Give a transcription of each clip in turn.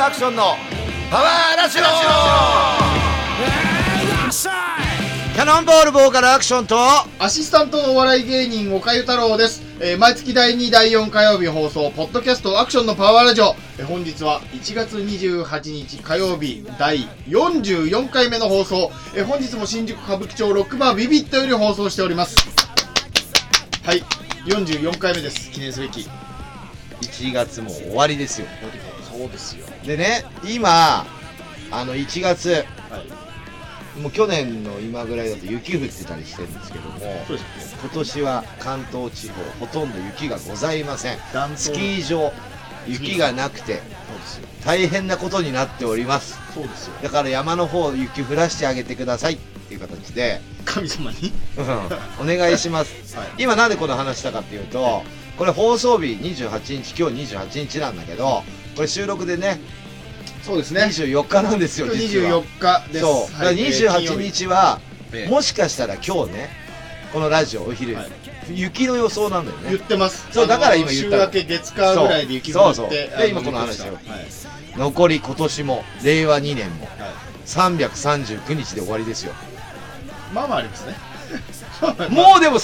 アクションのパワーラジオ。キャノンボールボーカルアクションとアシスタントのお笑い芸人岡ゆ太郎です。毎月第2第4火曜日放送ポッドキャストアクションのパワーラジオ。本日は1月28日火曜日第44回目の放送。本日も新宿歌舞伎町ロックバービビットより放送しております。はい、44回目です。記念すべき 1月も終わりですよ。 そうですよ。 でね、今1月、 はい、 もう去年の今ぐらいだと雪降ってたりしてるんですけども、 そうですね、 今年は関東地方ほとんど雪がございません。スキー場雪がなくて大変なことになっております。 そうですよ。 だから山の方雪降らしてあげてくださいっていう形で神様にお願いします、はい、今なんでこの話したかっていうと、これ放送日28日、今日28日なんだけど、これ収録でね、 そうですね、 24日なんですよ。実は 24日です。 そうだから28日は、もしかしたら今日ね、このラジオお昼、はい、雪の予想なんだよね。言ってます。 そうだから今言った。 週明け月火ぐらいで雪降って、 そうで今この話を、はい、残り今年も令和2年も、はい、339日で終わりですよ。 まあまあありますねもうでも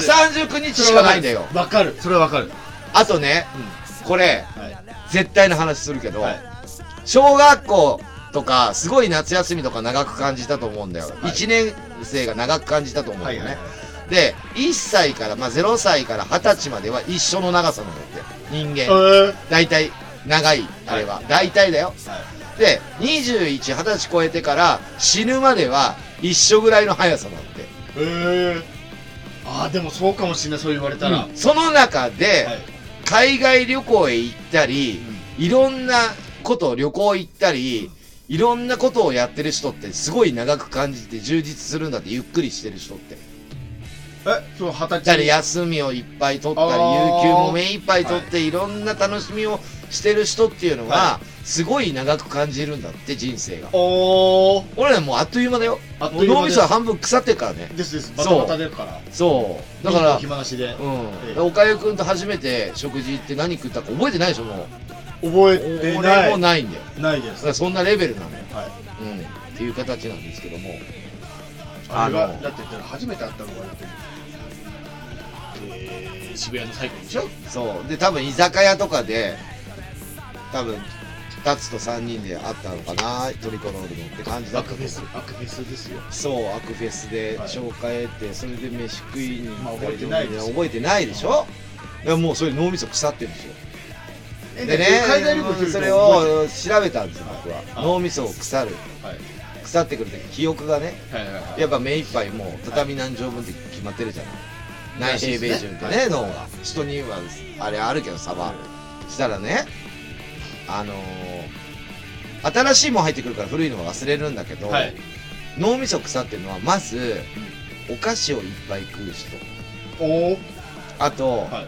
339日しかないんだよ。 わかる、それはわかる。 あとね、これ、はい、絶対な話するけど、はい、小学校とかすごい夏休みとか長く感じたと思うんだよ、はい、1年生が長く感じたと思うんだよね、はいはいはい、で1歳から、0歳から20歳までは一緒の長さなんだって人間、大体長いあれは、はい、大体だよ、はい、で21、20歳超えてから死ぬまでは一緒ぐらいの速さなんだって。 ああ、でもそうかもしれない、そう言われたら、 その中で、はい、海外旅行へ行ったり、いろんなことを旅行行ったり、いろんなことをやってる人ってすごい長く感じて充実するんだって。ゆっくりしてる人って、 そう20歳だから休みをいっぱい取ったり、有給も目いっぱい取って、はい、いろんな楽しみをしてる人っていうのは、はい、すごい長く感じるんだって、人生が。俺らもうあっという間だよ。もう脳みそは半分腐ってるからね。 ですバタバタ出るから。 そうだから暇なしで、 岡ゆくんと初めて食事行って何食ったか覚えてないでしょ。もう覚えてない。 俺もないんだよ。 ないです。 だからそんなレベルなのよ、 はい、 っていう形なんですけども、 だって初めて会ったのが渋谷のサイクルでしょ。 そうで、多分居酒屋とかで多分タツと3人で会ったのかな、トリコロールのって感じだったと思う。 アクフェスですよ。 そう、アクフェスで紹介得て、それで飯食いに行ったり、 覚えてないです。 覚えてないでしょ。いやもうそれ脳みそ腐ってるんですよ。でね、 海外旅行するとそれを調べたんですよ、僕は。脳みそを腐る、腐ってくると記憶がね、やっぱ目いっぱいもう畳何畳分って決まってるじゃない。内平米順ってね、脳が人にはあれあるけど差は、したらね、新しいもん入ってくるから古いのは忘れるんだけど、はい、脳みそ腐ってるのはまず、お菓子をいっぱい食う人、あと、はい、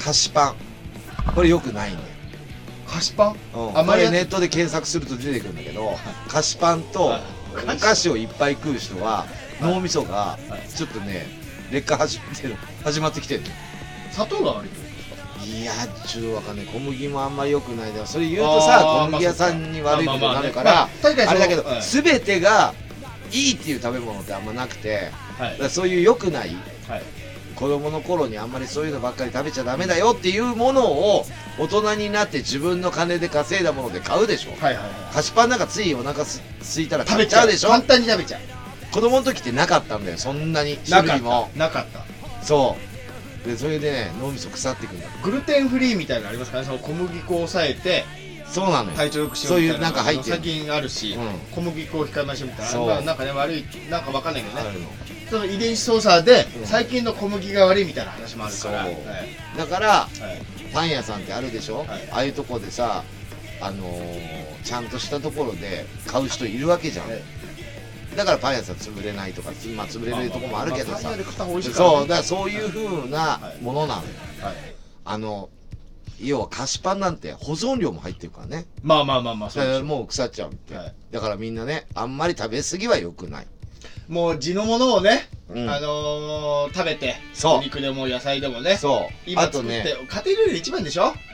菓子パン、これよくないんだよ。 菓子パン、 これネットで検索すると出てくるんだけど、菓子パンとお菓子をいっぱい食う人は脳みそがちょっとね、劣化始まってきてるの。 砂糖が悪いってことですか。 いやちょっとわかんない。小麦もあんまり良くないだろ。それ言うとさ、小麦屋さんに悪いことになるから、あれだけど、全てがいいっていう食べ物ってあんまなくて、だからそういう良くない、子供の頃にあんまりそういうのばっかり食べちゃダメだよっていうものを大人になって自分の金で稼いだもので買うでしょ。菓子パンなんかついお腹すいたら食べちゃうでしょ。 簡単に食べちゃう。 子供の時ってなかったんだよ、そんなに種類もなかった。 そうで、それでね、脳みそ腐ってくるんだ。 グルテンフリーみたいなのありますかね。その小麦粉を抑えて、 そうなのよ、 体調良くしようみたいな。 そういうなんか入ってる、 最近あるし、小麦粉を控えましょうみたいな。なんかね、悪い、なんかわかんないけどね、その遺伝子操作で最近の小麦が悪いみたいな話もあるから、 だから、パン屋さんってあるでしょ、ああいうとこでさ、ちゃんとしたところで買う人いるわけじゃん。だからパン屋さん潰れないとか、潰れるとこもあるけどさ、そうだからそういう風なものなのよ。要は菓子パンなんて保存料も入ってるからね。そうです。もう腐っちゃうって、だからみんなね、あんまり食べ過ぎは良くない。 もう地のものをね、食べて、お肉でも野菜でもね、今作って、家庭料理一番でしょ。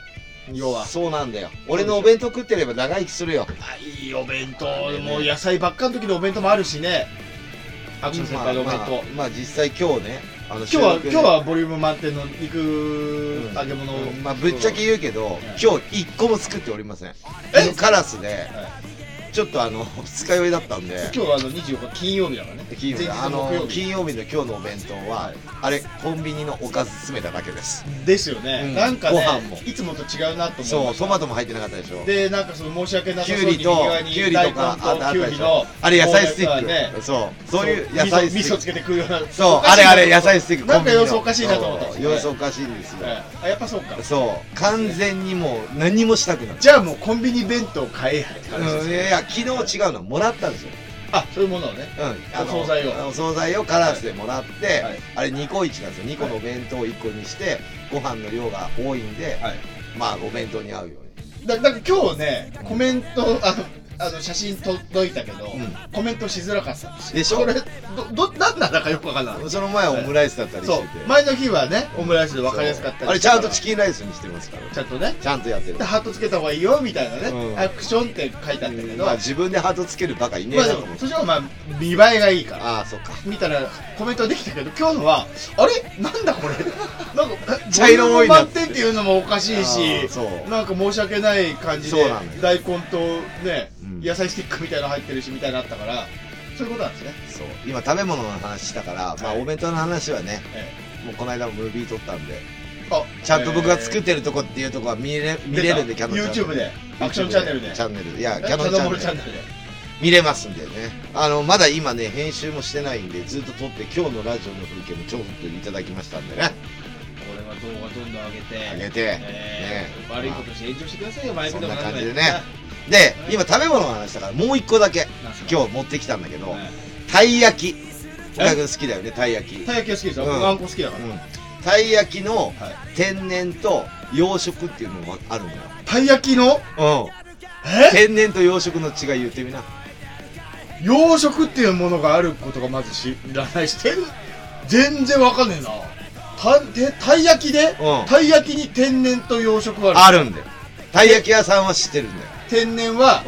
要は。 そうなんだよ。俺のお弁当食ってれば長生きするよ。 いいお弁当、もう野菜ばっかの時のお弁当もあるしね。アクション先輩のお弁当。 まあ実際今日ね、 今日はボリューム満点の肉揚げ物を、 まあぶっちゃけ言うけど、今日一個も作っておりません。カラスで、ちょっと二日酔いだったんで。 今日は24日金曜日だからね。 金曜日の今日のお弁当は、あれコンビニのおかず詰めただけです。 ですよね。なんかね、 ご飯もいつもと違うなと思う。 そう、トマトも入ってなかったでしょ。 で、なんかその申し訳なさきゅそうにうりとかあったでしょ。あれ野菜スティック。そういう野菜スティック。 味噌つけて食うような。 そう、あれ野菜スティック。 なんか様子おかしいなと思った。 様子おかしいんですよ。 やっぱそうか。 そう、完全にもう何もしたくない。 じゃあもうコンビニ弁当買えやって話です。 いや昨日違うのもらったんですよ。 あ、そういうものをね。 お惣菜をカラスでもらって、あれ2個1なんですよ。2個のお弁当を1個にしてご飯の量が多いんで、まあお弁当に合うように。 だから今日ね、コメント写真届いたけど、コメントしづらかったんですよ。 でしょ。 これ何なんだかよくわかんない。 その前オムライスだったりしてて、 前の日はねオムライスで分かりやすかったり。 あれちゃんとチキンライスにしてますから。 ちゃんとね、 ちゃんとやってる。 でハートつけた方がいいよみたいなね、アクションって書いてあったけど、 まあ自分でハートつけるバカいねえなと思って。 そっちはまあ見栄えがいいから。 ああ、そっか。 見たらコメントできたけど、今日のはあれなんだこれ、なんか茶色多いな満点っていうのもおかしいし、なんか申し訳ない感じで大根とね野菜スティックみたいなの入ってるしみたいなのあったから、そういうことなんですね。 そう、今食べ物の話したから、まあお弁当の話はね、もうこの間もムービー撮ったんで、ちゃんと僕が作ってるとこっていうとこは見れるんで、キャノンチャンネル YouTube でアクションチャンネルで、 いやキャノンチャンネルで見れますんでね。まだ今ね編集もしてないんで、ずっと撮って今日のラジオの風景もちょっといただきましたんでね。 これは動画どんどん上げてね、 悪いことして炎上してくださいよ。 そんな感じでね。で今食べ物の話だからもう一個だけ今日持ってきたんだけど、たい焼き。岡君好きだよね、たい焼き。 たい焼きは好きですよ。僕あんこ好きだから。 たい焼きの天然と養殖っていうのもあるんだよ。 たい焼きの天然と養殖の違い言ってみな。 養殖っていうものがあることがまず知らないし、全然わかんねえな。たい焼きでたい焼きに天然と養殖があるんだよ。たい焼き屋さんは知ってるんだよ。 天然は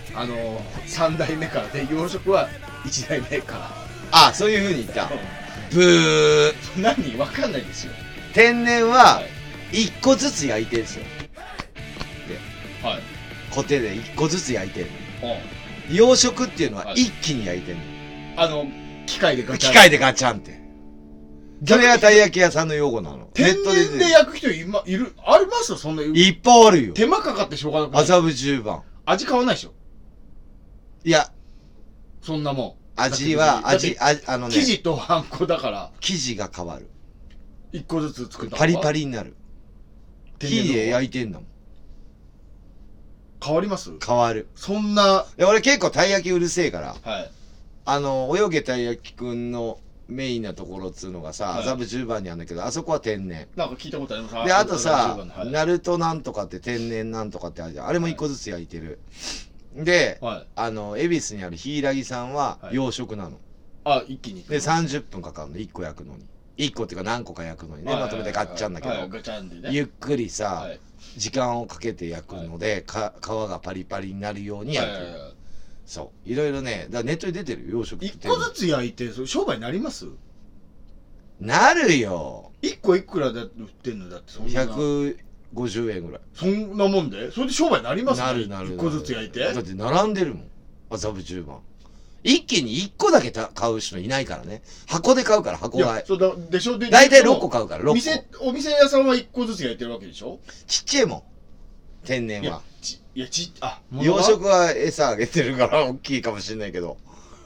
3代目からで、養殖は1代目から。 あ、そういう風に言った。ブー。 何わかんないですよ。 天然は1個ずつ焼いてるんですよ。で、コテで1個ずつ焼いてる。養殖っていうのは一気に焼いてるの。 機械でガチャン。 機械でガチャンって。それがたい焼き屋さんの用語なの。 天然で焼く人いる？ありますよ、そんな。 いっぱいあるよ。 手間かかってしょうがなくない。 麻布十番。 味変わんないでしょ。 いや、 そんなもん。 味は、 生地とあんこだから。 生地が変わる。 一個ずつ作ったパリパリになる。火で焼いてんだもん。 変わります？ 変わる。 そんな。 俺結構たい焼きうるせえから。 はい。 泳げたい焼きくんのメインなところっつうのがさ、麻布十番にあるんだけど、あそこは天然。 なんか聞いたことあります。 で、あとさ、ナルトなんとかって天然なんとかってあるじゃん。あれも一個ずつ焼いてる。で、恵比寿にある柊さんは養殖なの。 あ、一気に。 で、30分かかるの、1個焼くのに。1個っていうか何個か焼くのにね、まとめてガッチャンだけど、ゆっくりさ、時間をかけて焼くので、皮がパリパリになるように焼いてる。そう。いろいろね、だからネットに出てるよ、養殖って。 1個ずつ焼いて、商売になります？ なるよ。 1個いくらで売ってんの？だってそんな。 150円ぐらい。 そんなもんでそれで商売になります？ なる。 1個ずつ焼いて。 だって並んでるもん。麻布十番。一気に1個だけ買う人いないからね。箱で買うから、箱買い。 そうだでしょ。で、 大体6個買うから、6個。 お店屋さんは1個ずつ焼いてるわけでしょ。 ちっちゃいもん。天然は。 養殖は餌あげてるから大きいかもしれないけど。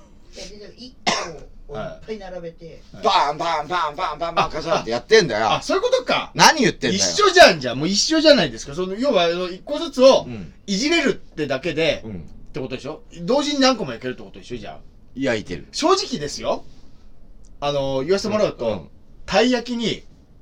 1個をいっぱい並べて、 バンバンバンバンバンバンカシャってやってんだよ。 あ、そういうことか。 何言ってんだよ。 一緒じゃんじゃん。もう一緒じゃないですか。要は1個ずつをいじれるってだけで、ってことでしょ。同時に何個も焼けるってことでしょ。じゃあ焼いてる。 正直ですよ。言わせてもらうと、たい焼きに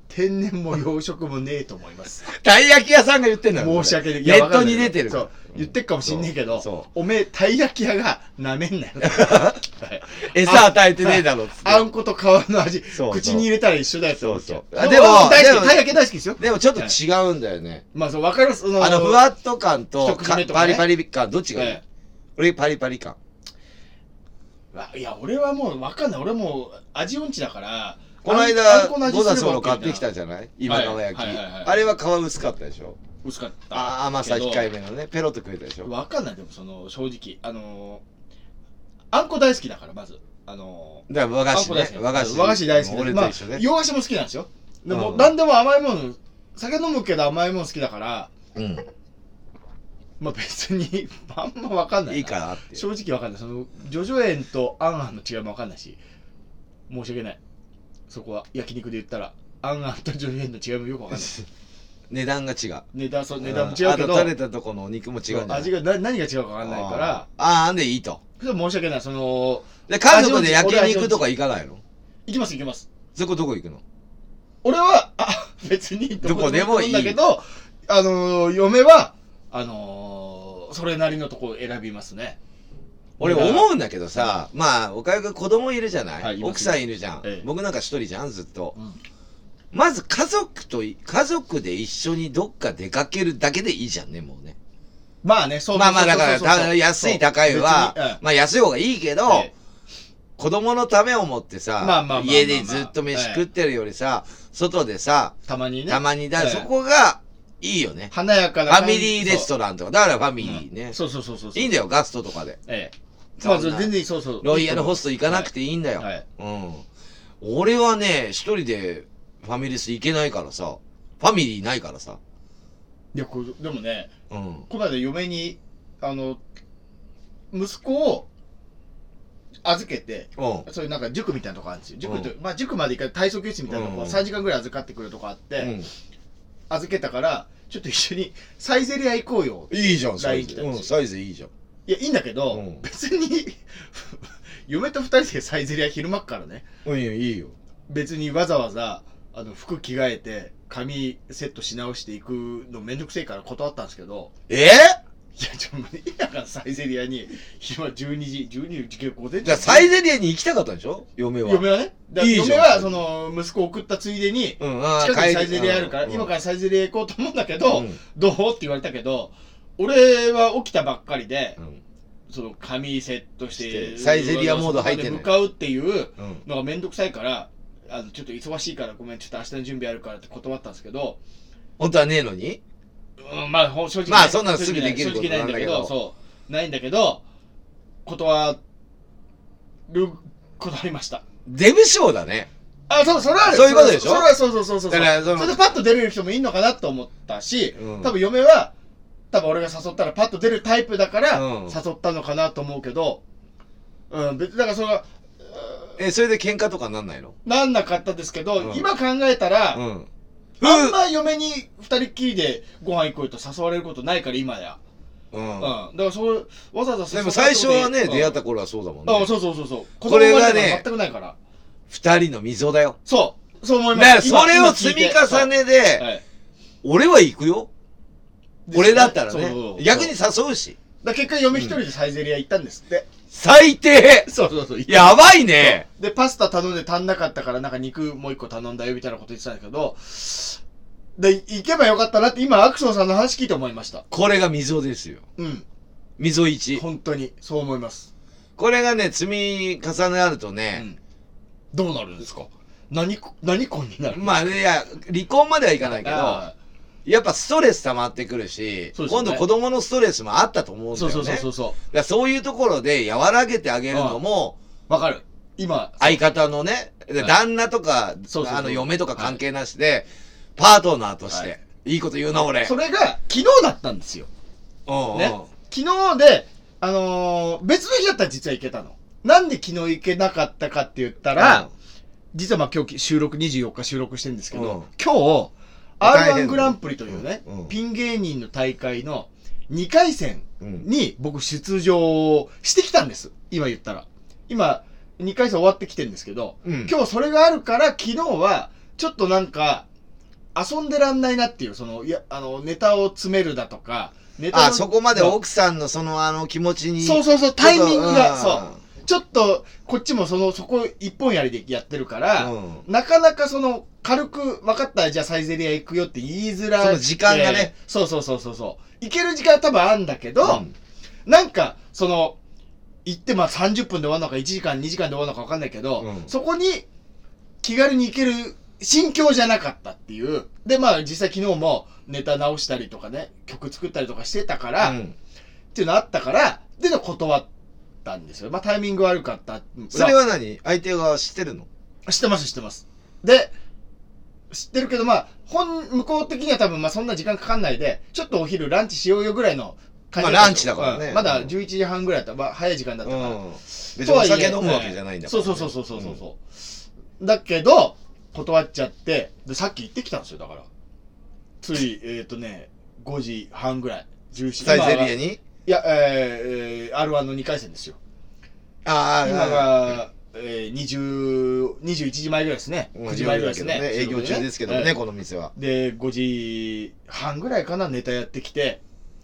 天然も養殖もねえと思います。 たい焼き屋さんが言ってんだよ。 申し訳ない。 ネットに出てる。 そう。言ってっかもしんねえけど、 そう。 おめえ、たい焼き屋が舐めんなよ。 餌与えてねえだろっつって。 あんこと皮の味、口に入れたら一緒だよ。 そうそう。 でも、大好き。たい焼き大好きですよ。 でもちょっと違うんだよね。 まあそう、わかります。 ふわっと感と、パリパリ感、どっちがいい？俺、パリパリ感。 いや、俺はもうわかんない。俺もう味音痴だから、 この間、ゴダソロ買ってきたじゃない今川焼き。あれは皮薄かったでしょ？ 薄かった。 甘さ控えめのね、ペロッと食えたでしょ？ わかんない、でも正直。あんこ大好きだから、まず。 だから和菓子ね。 和菓子大好きで。まあ、洋菓子も好きなんですよ。でも、なんでも甘いもの、酒飲むけど甘いもの好きだから、まあ別に、あんまわかんない。 いいかなって。 正直わかんない。ジョジョ園とアンアンの違いもわかんないし、申し訳ない。そこは、焼肉で言ったら、アンアンとジョジョ園の違いもよくわかんない。 値段が違う。 値段も違うけど。 あと取れたとこのお肉も違うんだ。 味が、何が違うかわかんないから。 あんでいいと。 申し訳ない。 で、家族で焼肉とか行かないの？ 行きます行きます。 そこどこ行くの？ 俺は、別にどこでもいいんだけど、嫁は、それなりのとこ選びますね。 俺思うんだけどさ、まあ、岡谷君子供いるじゃない？奥さんいるじゃん。僕なんか一人じゃん、ずっと。まず家族で一緒にどっか出かけるだけでいいじゃんね、もうね。 まあね、そうまあだから、安い高いは、まあ安い方がいいけど、子供のためを思ってさ、家でずっと飯食ってるよりさ、外でさ、 たまにだ、そこがいいよね。 華やかなファミリーレストランとか、だからファミリーね。 そう。 いいんだよ、ガストとかで。 そう全然そう。 ロイヤルホスト行かなくていいんだよ。俺はね、一人でファミレス行けないからさ、ファミリーないからさ。 いや、でもね、この間嫁に、息子を預けて、そういうなんか塾みたいなとこあるんですよ。塾まで行か体操教室みたいなとこ3時間ぐらい預かってくるとこあって、預けたから、ちょっと一緒にサイゼリア行こうよ。 いいじゃん、サイゼ。サイゼいいじゃん。 いや、いいんだけど、別に、嫁と二人でサイゼリア昼間っからね。 いいよ。別にわざわざ、服着替えて、髪セットし直していくのめんどくせえから断ったんですけど。いや、だからサイゼリアに、昼間12時、午前中。じゃあサイゼリアに行きたかったんでしょ嫁は。嫁はね。嫁は、息子を送ったついでに、近くにサイゼリアあるから、今からサイゼリア行こうと思うんだけど、どうって言われたけど、俺は起きたばっかりで、髪セットして、サイゼリアモード入って向かうっていうのがめんどくさいから、ちょっと忙しいからごめん、ちょっと明日の準備あるからって断ったんですけど。本当はねえのに？まあ、正直。まあ、そんなのすぐできることなんだけど。そう。ないんだけど、断りました。デブ賞だね。それはそういうことでしょ？それはそう。それでパッと出れる人もいいのかなと思ったし、多分嫁は、俺が誘ったらパッと出るタイプだから、誘ったのかなと思うけど、別にだからそれで喧嘩とかなんないの？なんなかったですけど、今考えたら、あんま嫁に二人っきりでご飯行こうと誘われることないから、今や。だからわざわざでも最初はね、出会った頃はそうだもんね。そう。これがね、全くないから。二人の溝だよ。そう思います。それを積み重ねで、俺は行くよ。俺だったらね。逆に誘うし。結果嫁一人でサイゼリア行ったんですって。最低！そう。やばいね！で、パスタ頼んで足んなかったからなんか肉もう一個頼んだよみたいなこと言ってたんだけど、で、行けばよかったなって今アクソンさんの話聞いて思いました。これが溝ですよ。溝1。本当に、そう思います。これがね、積み重ねあるとね、どうなるんですか？何婚になる？まあね、いや、離婚まではいかないけど、やっぱストレス溜まってくるし、今度子供のストレスもあったと思うんだよね。そういうところで和らげてあげるのも、わかる。今、相方のね、旦那とか、嫁とか関係なしで、パートナーとして、いいこと言うな、俺。それが、昨日だったんですよ。ね。昨日で、別の日だったら実は行けたの。なんで昨日行けなかったかって言ったら、実は今日24日収録してるんですけど、今日、R1 グランプリというね、ピン芸人の大会の2回戦に僕出場してきたんです。今言ったら。今、2回戦終わってきてるんですけど、今日それがあるから昨日は、ちょっとなんか、 遊んでらんないなっていう、ネタを詰めるだとか、ネタのそこまで奥さんの気持ちに。 そう、タイミングが、ちょっと、こっちもそこ一本やりでやってるから、なかなか軽く、分かったらじゃあサイゼリヤ行くよって言いづらい。 その時間がね。 そう。行ける時間は多分あるんだけど、なんか、行って30分で終わるのか1時間、2時間で終わるのか分かんないけど、そこに気軽に行ける心境じゃなかったっていう。で、実際昨日もネタ直したりとかね、曲作ったりとかしてたから、っていうのあったから、で断ったんですよ。タイミング悪かった。 それは何？相手が知ってるの？ 知ってます。で、知ってるけど、向こう的には多分そんな時間かかんないで、ちょっとお昼ランチしようよぐらいの感じランチだからね。 まだ11時半ぐらいだった。早い時間だったから。 別にお酒飲むわけじゃないんだから。 そう。だけど、断っちゃって、で、さっき行ってきたんですよ、だから。つい、5時半ぐらい。17時。 サイゼリヤに？ いや、R1 の2回戦ですよ。今が、21時前ぐらいですね。9時前ぐらいですね。 営業中ですけどね、この店は。 で、5時半ぐらいかな、ネタやってきて、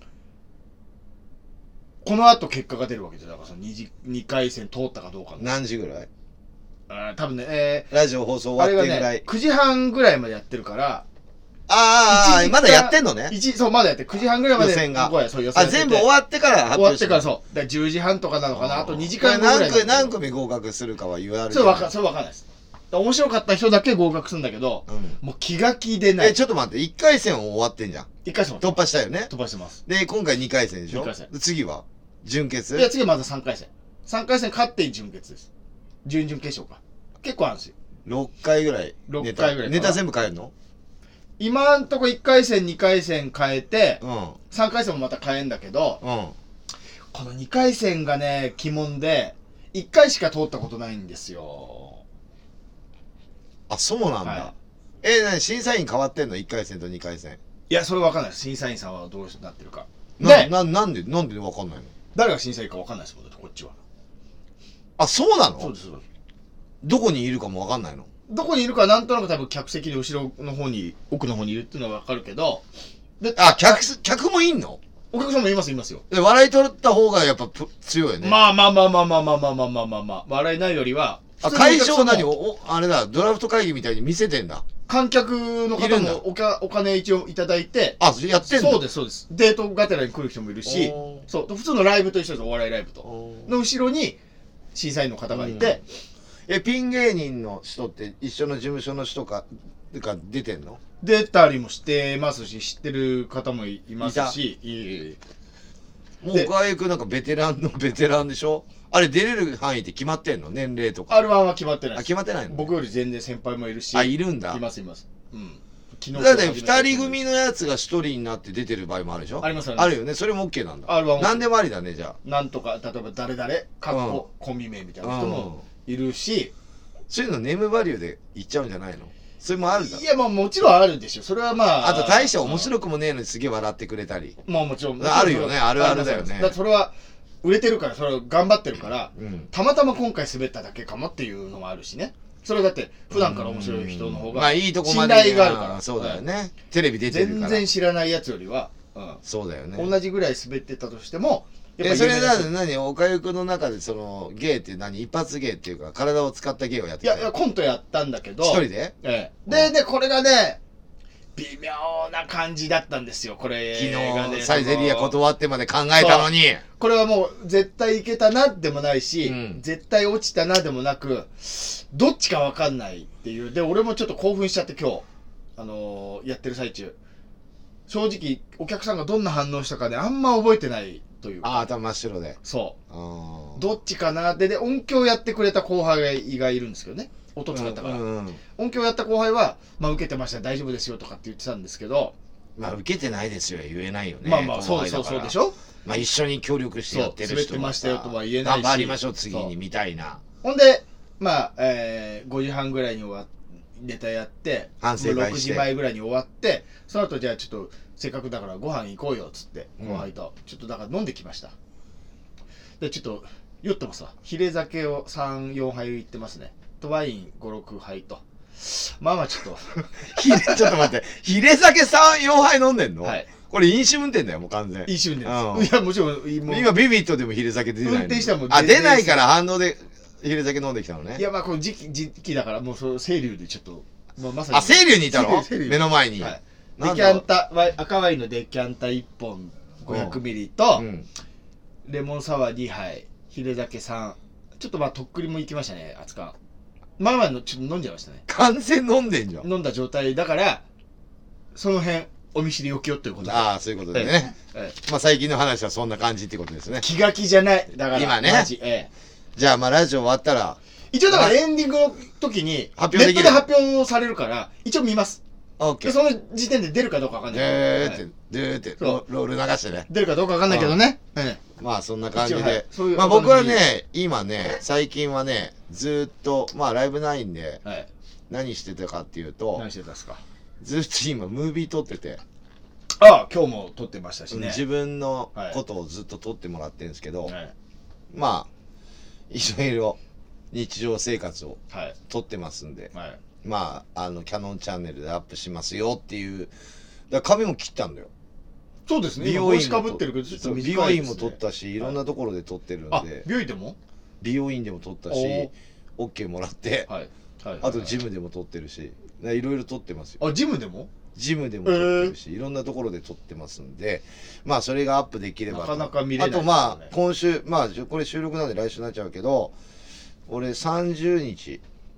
この後結果が出るわけですよ。だから2回戦通ったかどうかの。 何時ぐらい？ 多分ね、 ラジオ放送終わってぐらい。 9時半ぐらいまでやってるから、 まだやってんのね。 そう、まだやって、9時半ぐらいまで。 予選が。 全部終わってから発表して。終わってからそう。10時半とかなのかな。あと2時間ぐらい。 何組合格するかは言われる。 それわかんないです。面白かった人だけ合格するんだけど、もう気が気でない。 ちょっと待って、1回戦終わってんじゃん。 1回戦突破したよね。 突破してます。 で、今回2回戦でしょ。 2回戦。 次は準決？ いや、次はまず3回戦。3回戦勝って準決です。準々決勝か。結構あるんですよ。 6回ぐらい。 6回ぐらい。 ネタ全部変えるの？ 今んとこ1回戦、2回戦変えて、3回戦もまた変えんだけど、この2回戦がね、鬼門で、1回しか通ったことないんですよ。 そうなんだ。審査員変わってんの？ 1 回戦と2回戦。 いや、それ分かんないです。審査員さんはどうなってるか。 なんで分かんないの？ 誰が審査員か分かんないですもん、こっちは。 そうなの？ そうです。 どこにいるかも分かんないの？ どこにいるかなんとなく多分客席の後ろの方に、奥の方にいるっていうのは分かるけど。 客もいんの？ お客さんもいますよ。 笑い取った方がやっぱ強いよね。 まあ。笑いないよりは。 会場あれだ、ドラフト会議みたいに見せてんだ。 観客の方もお金一応いただいて。 やってんの？ そうです。デートがてらに来る人もいるし、普通のライブと一緒です、お笑いライブと。の後ろに審査員の方がいて。 ピン芸人の人って一緒の事務所の人が出てんの？ 出たりもしてますし、知ってる方もいますし。 もう岡井くんなんかベテランでしょ？あれ出れる範囲って決まってんの？年齢とか。 R1 は決まってないです。 決まってないの？ 僕より全然先輩もいるし。 いるんだ。 います。 だって2人組のやつが1人になって出てる場合もあるでしょ？ ありますあるよね。それも OK なんだ。 R1 何でもありだね、じゃあ。 なんとか、例えば誰々、コンビ名みたいな人もいるし。 そういうのネームバリューで言っちゃうんじゃないの？それもあるだろ。 いや、もちろんあるでしょ。それはあと大して面白くもねえのにすげえ笑ってくれたり。 もちろん。 あるよね。あるあるだよね。 だってそれは、売れてるから、それは頑張ってるから、たまたま今回滑っただけかもっていうのもあるしね。それだって普段から面白い人の方がいいとこまで信頼があるから。 そうだよね。テレビ出てるから全然知らないやつよりは、 そうだよね。 同じぐらい滑ってたとしても、 それ何岡井くんの中で芸って一発芸っていうか体を使った芸をやってた？ いやコントやったんだけど。 一人で？ でね、これがね、微妙な感じだったんですよ、これ。 昨日サイゼリヤ断ってまで考えたのに。 これはもう絶対いけたなでもないし、絶対落ちたなでもなく、どっちかわかんないっていう。で、俺もちょっと興奮しちゃって今日、やってる最中。正直、お客さんがどんな反応したかね、あんま覚えてないというか。 頭真っ白で。 そう。どっちかなで、音響やってくれた後輩がいるんですけどね。音使ったから。音響やった後輩は、受けてました、大丈夫ですよとかって言ってたんですけど。 受けてないですよ、言えないよね。 そうでしょ？ 一緒に協力してやってる人滑ってましたよとは言えないし。 頑張りましょう、次に、みたいな。 ほんで、5時半ぐらいにネタやって、 反省会して。 6時前ぐらいに終わって、その後じゃあちょっと、せっかくだからご飯行こうよ、つって、後輩と。ちょっとだから飲んできました。で、ちょっと、酔ってますわ。ヒレ酒を3、4杯いってますね。と、ワイン5、6杯と。 まあまあちょっと。 ちょっと待って。ヒレ酒3、4杯飲んでんの？ はい。 これ飲酒運転だよ、もう完全。 飲酒運転です。いや、もちろん、 今ビビットでもヒレ酒出てないの。 運転したらもう出ないから反動でヒレ酒飲んできたのね。 いや、まあこの時期だから、もうそう、清流でちょっと、もうまさに。 清流にいたの？目の前に。 はい。デキャンタ、赤ワインのデキャンタ1本500ミリと、レモンサワー2杯、ヒレ酒3。ちょっとまあとっくりも行きましたね、熱燗。まあまあちょっと飲んじゃいましたね。 完全飲んでんじゃん。 飲んだ状態だから、その辺、お見知りおきよっていうことで。 ああ、そういうことでね。まあ最近の話はそんな感じってことですね。 気が気じゃない。だから、 今ね。じゃあまあラジオ終わったら。 一応だからエンディングの時に、ネットで発表されるから、一応見ます。で、その時点で出るかどうかわかんない。 でーって、ロール流してね。 出るかどうかわかんないけどね。 まあそんな感じで。まあ僕はね、今ね、最近はね、ずーっと、まあライブ9で、何してたかっていうと、 何してたんですか？ ずっと今ムービー撮ってて。 ああ、今日も撮ってましたしね。 自分のことをずっと撮ってもらってるんですけど、まあ、いろいろ日常生活を撮ってますんで、まあ、キャノンチャンネルでアップしますよっていう、だから髪も切ったんだよ。 そうですね。 美容院かぶってるけど、ちょっと美容院も撮ったし、いろんなところで撮ってるんで。 美容院でも？ 美容院でも撮ったし、OK もらって、あとジムでも撮ってるし、いろいろ撮ってますよ。 あ、ジムでも？ ジムでも撮ってるし、いろんなところで撮ってますんで、まあそれがアップできれば。 なかなか見れない。 あとまあ、今週、まあこれ収録なんで来週になっちゃうけど、俺30日、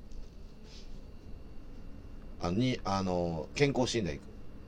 健康診断行く。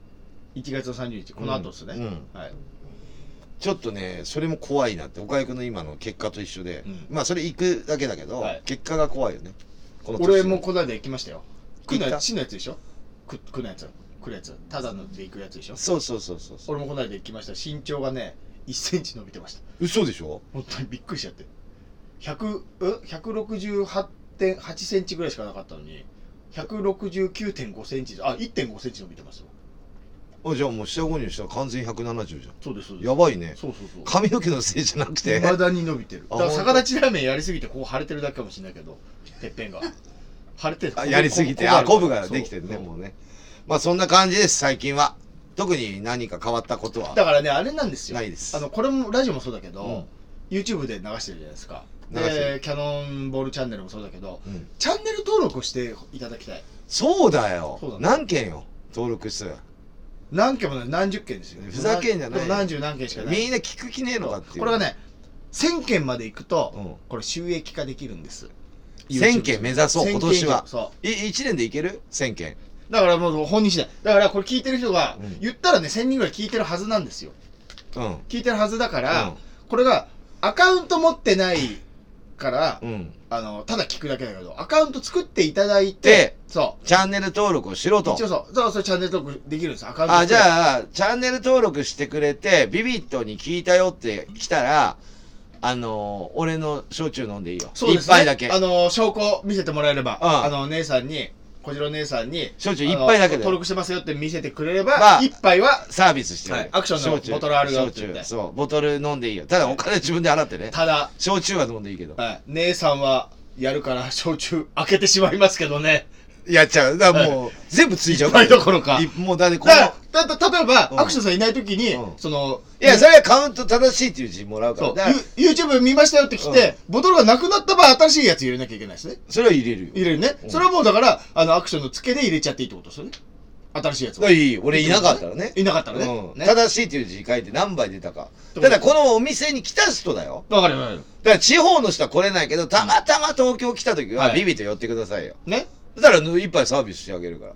1月の30日、この後ですね。 ちょっとね、それも怖いなって、岡井くんの今の結果と一緒で、まあそれ行くだけだけど、結果が怖いよね。 俺もこの間行きましたよ。区のやつでしょ？区のやつ。来るやつ。ただので行くやつでしょ？そう。俺もこの間行きました。身長がね、1センチ伸びてました。 嘘でしょ？ 本当にびっくりしちゃって。168.8 センチぐらいしかなかったのに、169.5 センチ、1.5 センチ伸びてますよ。 じゃあもう下5にしたら完全170じゃん。 そうです。 やばいね。 そう。 髪の毛のせいじゃなくて。 未だに伸びてる。だから逆立ちラーメンやりすぎてこう腫れてるだけかもしれないけど、てっぺんが。腫れてる。 やりすぎて、コブができてるね、もうね。まあそんな感じです、最近は。特に何か変わったことは。 だからね、あれなんですよ。 ないです。 これもラジオもそうだけど、YouTube で流してるじゃないですか。で、キャノンボールチャンネルもそうだけど、チャンネル登録をしていただきたい。 そうだよ。何件よ、登録数。 何件もね、何十件ですよ。 ふざけんじゃない。 何十何件しかない。 みんな聞く気ねえのかっていう。 これがね、1000件まで行くと、これ収益化できるんです。 1000件目指そう、今年は。1年でいける ?1000 件。 だからもう本人次第。だからこれ聞いてる人が、言ったらね、1000人ぐらい聞いてるはずなんですよ。聞いてるはずだから、これがアカウント持ってないから、ただ聞くだけだけど、アカウント作っていただいて、チャンネル登録をしろと。 一応それチャンネル登録できるんです、アカウント。じゃあ、チャンネル登録してくれて、ビビットに聞いたよって来たら、俺の焼酎飲んでいいよ。一杯だけ。 証拠見せてもらえれば、姉さんに、小次郎姉さんに、 焼酎一杯だけで登録してますよって見せてくれれば、一杯はサービスしてる。 アクションのボトルあるよって言って。 そう、ボトル飲んでいいよ。ただお金自分で払ってね。 ただ、 焼酎は飲んでいいけど。 姉さんはやるから焼酎開けてしまいますけどね。 やっちゃう。だからもう、全部ついちゃうから。いっぱいどころか。 もうだってこの。 例えば、アクションさんいないときに、いや、それはカウント正しいっていう字もらうから。 YouTube 見ましたよって来て、ボトルがなくなった場合、新しいやつ入れなきゃいけないですね。 それは入れるよ。 入れるね。それはもうだから、アクションの付けで入れちゃっていいってことですよね。新しいやつは。 いい。俺いなかったらね。 いなかったらね。 正しいっていう字書いて何杯出たか。ただこのお店に来た人だよ。 わかるわかる。 だから地方の人は来れないけど、たまたま東京来た時はビビと寄ってくださいよ。 ね。 そしたら一杯サービスしてあげるから。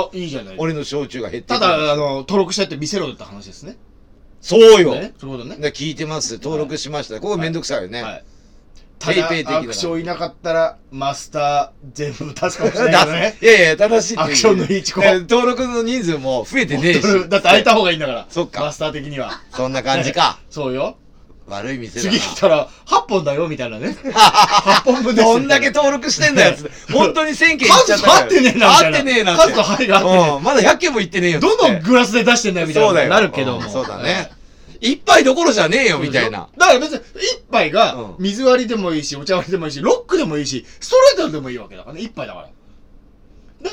いいじゃない。 俺の焼酎が減ってただ、登録したって見せろって話ですね。 そうよ。 そういうことね。 聞いてます。登録しました。ここめんどくさいよね。 ただ、アクションいなかったら、マスター全部出すかもしれないけどね。 いや、正しい。 アクションの1個。 登録の人数も増えてねえし。 だって空いた方がいいんだから。 そっか。 マスター的には。 そんな感じか。 そうよ。 悪い店だな。 次来たら、8本だよ、みたいなね。8本分です。 どんだけ登録してんだよ、つって。本当に1000件いっちゃった数合ってねえな、 合ってねえな。 数と範囲が合ってねえ。まだ100件もいってねえよ。 どんどんグラスで出してんだよ、みたいな。なるけども。 そうだね。一杯どころじゃねえよ、みたいな。 だから別に、一杯が、水割りでもいいし、お茶割りでもいいし、ロックでもいいし、ストレートでもいいわけだからね、一杯だから。ね。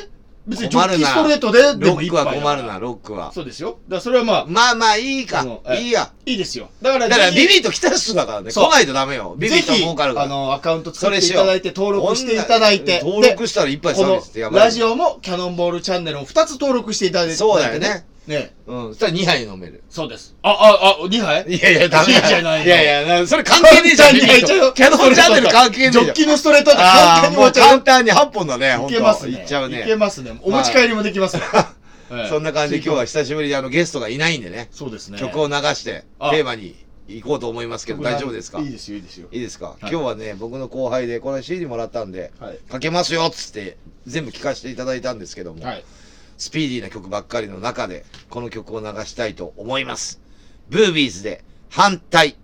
別にジョッキストレートでロックはも一杯困るな、ロックは。 そうですよ。だからそれはまあ、 まあまあいいか。いいや。 いいですよ。だからビビッと来た人だからね。来ないとダメよ。ビビッと儲かるから。 アカウント作っていただいて、登録していただいて。 登録したら一杯サービスってやばい。 ラジオもキャノンボールチャンネルを2つ登録していただいて。 そうだよね。 ね。 うん。そしたら2杯飲める。 そうです。2杯いやいや、ダメじゃない。 いやいや、それ関係ねえじゃん。キャノンチャンネル関係ねえじゃん。 ジョッキのストレートって簡単にもう簡単に8本だね。 いけますね。 いっちゃうね。 いけますね。お持ち帰りもできますね。 そんな感じで今日は久しぶりにゲストがいないんでね。 そうですね。 曲を流してテーマに行こうと思いますけど大丈夫ですか？ いいですよ、いいですよ。 いいですか？今日はね、僕の後輩でこれ CD もらったんで、かけますよっつって全部聴かせていただいたんですけども、スピーディーな曲ばっかりの中でこの曲を流したいと思います。ブービーズで反対。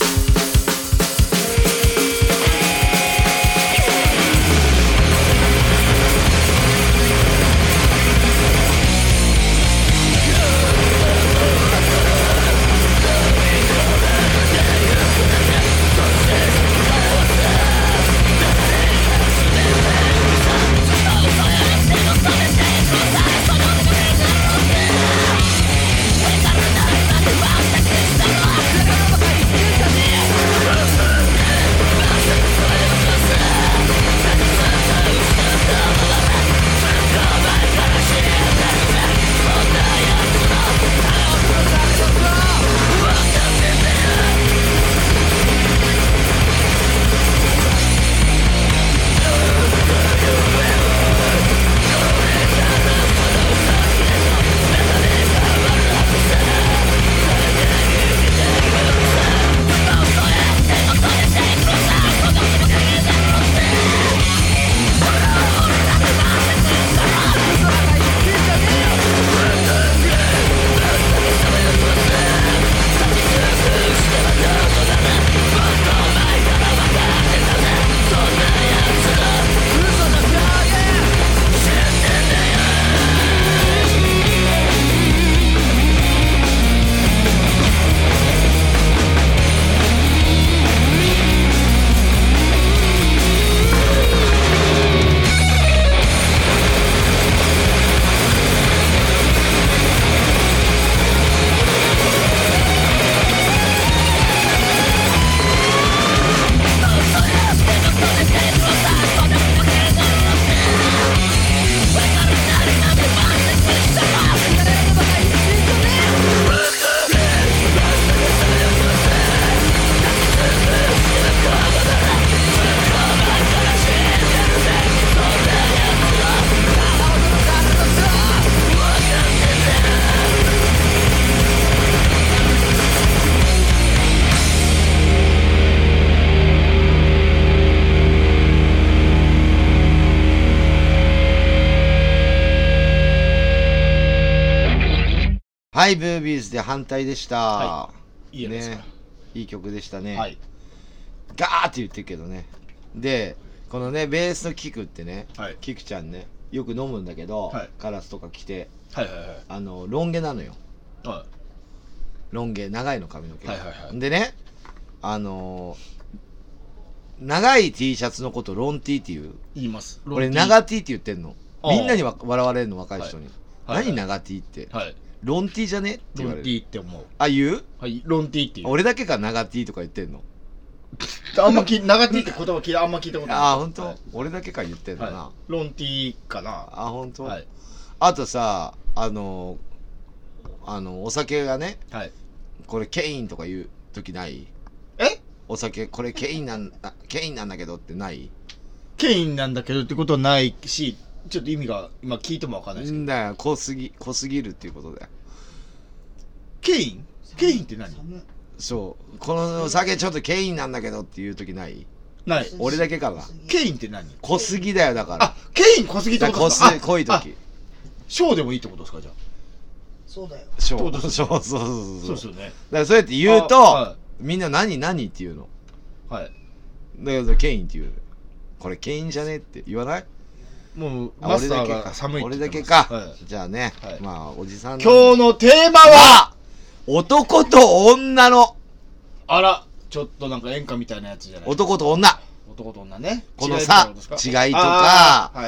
はい、ブービーズで反対でした。 はい。いいですか。 ね、いい曲でしたね。 はい。 ガーって言ってるけどね。で、このね、ベースのキクってね、 はい、 キクちゃんね、よく飲むんだけど、 はい、 カラスとか着て、 はいはいはい、 ロン毛なのよ。 はい。 ロン毛、長いの髪の毛。 はいはいはい。 でね、長い T シャツのことロン T って言う？ 言います。 俺、長 T って言ってんの。みんなに笑われるの、若い人に。はい、何長 T って。 はい。 ロン T じゃねって言われる。 ロン T って思う。 あ、言う？ はい、ロン T って言う。 俺だけか長 T とか言ってんの？ 長 T って言葉あんま聞いたことない。 あ、ほんと？はい、俺だけか言ってんのな。 はい、ロン T かな。 あ、ほんと？ はい。 あとさ、お酒がね、 はい。 これケインとか言う時ない？お酒、これケインなんだけどってない？ ケインなんだけどってことはないし、ちょっと意味が今聞いてもわかんないですけど。 だよ、濃すぎるっていうことだよ。 ケインって何？ そう。このお酒ちょっとケインなんだけどっていう時ない？ ない。 俺だけかな。 ケインって何？ 濃すぎだよ、だから。 あ、ケイン濃すぎってことですか？ 濃い時。 ショーでもいいってことですか、じゃあ。 そうだよ。 ショー、そうですよね。 だからそうやって言うと、みんな何って言うの。 はい。 だけどケインって言う。これケインじゃねって言わない？ もうマスターが寒いって俺だけか。 はい、 じゃあね、 はい、 まあおじさん。 今日のテーマは男と女の。 あら、ちょっとなんか演歌みたいなやつじゃない。 男と女。 男と女ね。 このさ違いとか、 はい、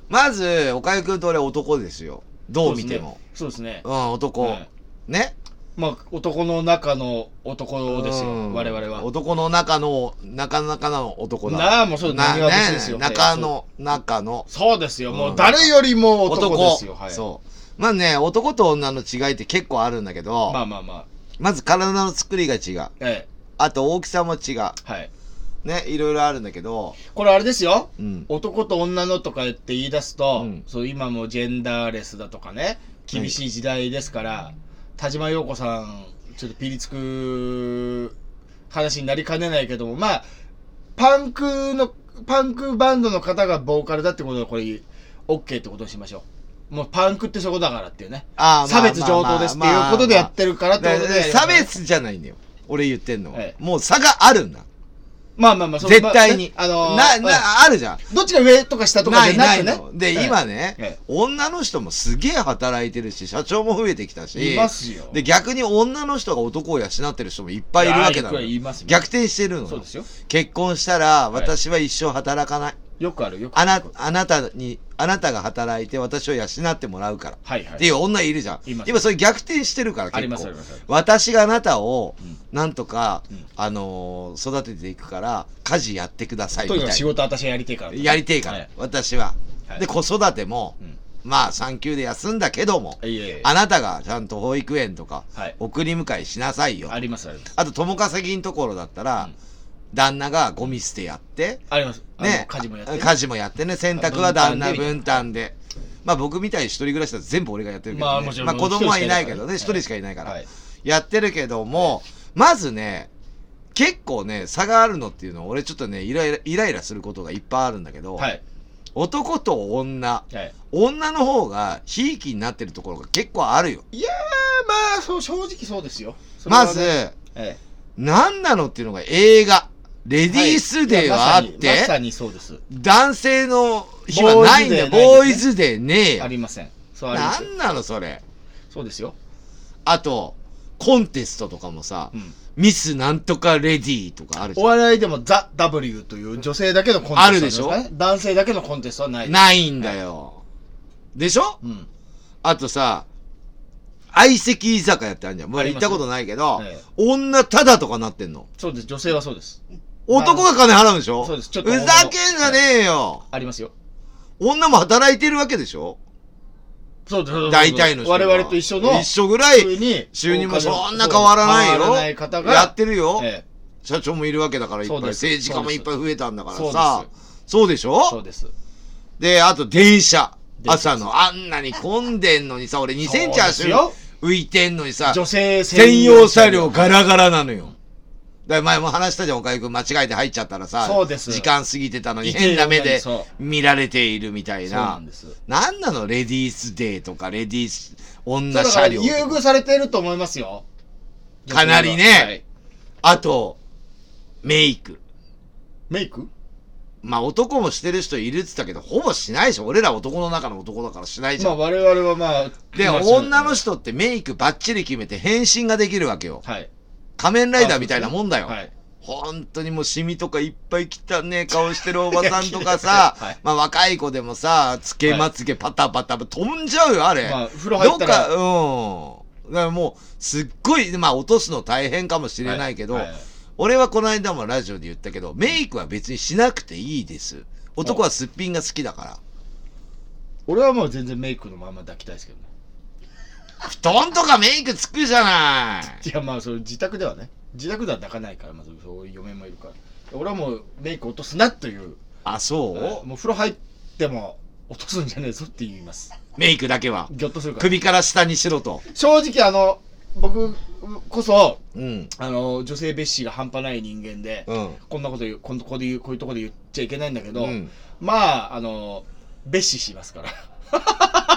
まず、岡井くんと俺男ですよ。どう見ても。 そうですね。 男。 はいね。 まあ、男の中の男ですよ、我々は。 男の中の、なかなかの男だ。 なあ、もうそう、何は別ですよ。 中の。 そうですよ、もう誰よりも男ですよ。 そう。まあね、男と女の違いって結構あるんだけど、まず体の作りが違う。あと大きさも違う。ね、いろいろあるんだけど。 これあれですよ。男と女のとかって言い出すと、そう今もジェンダーレスだとかね、厳しい時代ですから、田島陽子さん、ちょっとピリつく話になりかねないけども、まあ、パンクバンドの方がボーカルだってことはこれ、OK ってことにしましょう。もうパンクってそこだからっていうね。差別上等ですっていうことでやってるからってことで。 差別じゃないんだよ。俺言ってんの。もう差があるんだ。 まあ、 絶対に。あるじゃん。 どっちが上とか下とかじゃなくてね。 で、今ね、女の人もすげえ働いてるし、社長も増えてきたし。 いますよ。 で、逆に女の人が男を養ってる人もいっぱいいるわけだから。逆転してるの。 そうですよ。 結婚したら、私は一生働かない。 よくある。 あなたが働いて私を養ってもらうから。っていう女いるじゃん。今それ逆転してるから結構。私があなたを、なんとか、育てていくから、家事やってくださいみたいな。 とにかく仕事私はやりてえから。 やりてえから、私は。で、子育ても、まあ、産休で休んだけども、あなたがちゃんと保育園とか、送り迎えしなさいよ。 あります。 あと、共稼ぎのところだったら、旦那がゴミ捨てやって、 あります。 ね。 家事もやって。 家事もやってね。洗濯は旦那分担で。まあ僕みたいに一人暮らしだと全部俺がやってるけどね。まあ子供はいないけどね。一人しかいないから。やってるけども、まずね、結構ね、差があるのっていうのは俺ちょっとね、イライラすることがいっぱいあるんだけど、男と女、女の方がひいきになってるところが結構あるよ。 いやー、まあ、正直そうですよ。 まず、何なのっていうのが映画。レディースデーはあって、 まさにそうです。 男性の日はないんだよ。ボーイズデーねえよ。 ありません。 なんなのそれ。 そうですよ。 あと、コンテストとかもさ、ミスなんとかレディーとかあるじゃん。 お笑いでもザ・ W という女性だけのコンテストあるでしょ。 男性だけのコンテストはない。 ないんだよ。でしょ。あとさ、相席居酒屋ってあるじゃん。もう行ったことないけど、女ただとかなってんの。 そうです。女性はそうです。 男が金払うんでしょ。 そうです。ちょっと。 ふざけんじゃねえよ。 ありますよ。 女も働いてるわけでしょ。 そうです。 大体の人。 我々と一緒の。 一緒ぐらい。収入もそんな変わらないよ。 変わらない方が。 やってるよ。社長もいるわけだからいっぱい。政治家もいっぱい増えたんだからさ。そうでしょ。 そうです。 で、あと電車。朝のあんなに混んでんのにさ、俺2センチ足浮いてんのにさ、 女性専用車両ガラガラなのよ。だから前も話したじゃん、岡井くん間違えて入っちゃったらさ、時間過ぎてたのに変な目で見られているみたいな。なんなのレディースデーとかレディース女車両。 優遇されていると思いますよ。 かなりね。あと、メイク。 メイク？ まあ男もしてる人いるって言ったけど、ほぼしないでしょ。俺ら男の中の男だからしないじゃん。 まあ我々はまあ。 で、女の人ってメイクバッチリ決めて変身ができるわけよ。仮面ライダーみたいなもんだよ。本当にもうシミとかいっぱい汚ねえ顔してるおばさんとかさ、まあ若い子でもさ、つけまつげパタパタ飛んじゃうよ、あれ。 まあ風呂入ったら。 だからもう、すっごい、まあ落とすの大変かもしれないけど、俺はこの間もラジオで言ったけど、メイクは別にしなくていいです。男はすっぴんが好きだから。 俺はもう全然メイクのまま抱きたいですけどね。 布団とかメイクつくじゃない。 いやまあそれ自宅ではね。自宅では抱かないから、まずそういう嫁もいるから。俺はもうメイク落とすなという。 あ、そう、 もう風呂入っても落とすんじゃねえぞって言います。 メイクだけは。 ギョッとするから。 首から下にしろと。 正直僕こそ、女性蔑視が半端ない人間で、こんなこと言う、こういうとこで言っちゃいけないんだけど、まあ、蔑視しますから。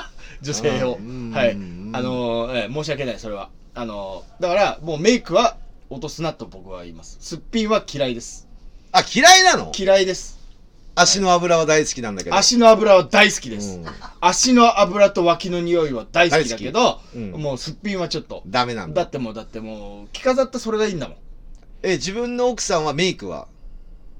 女性を。はい。申し訳ない、それは。だから、もうメイクは落とすなと僕は言います。すっぴんは嫌いです。 あ、嫌いなの？ 嫌いです。 足の油は大好きなんだけど。 足の油は大好きです。足の油と脇の匂いは大好きだけど、もうすっぴんはちょっと。 ダメなんだ。 だってもう、着飾ったそれがいいんだもん。 自分の奥さんはメイクは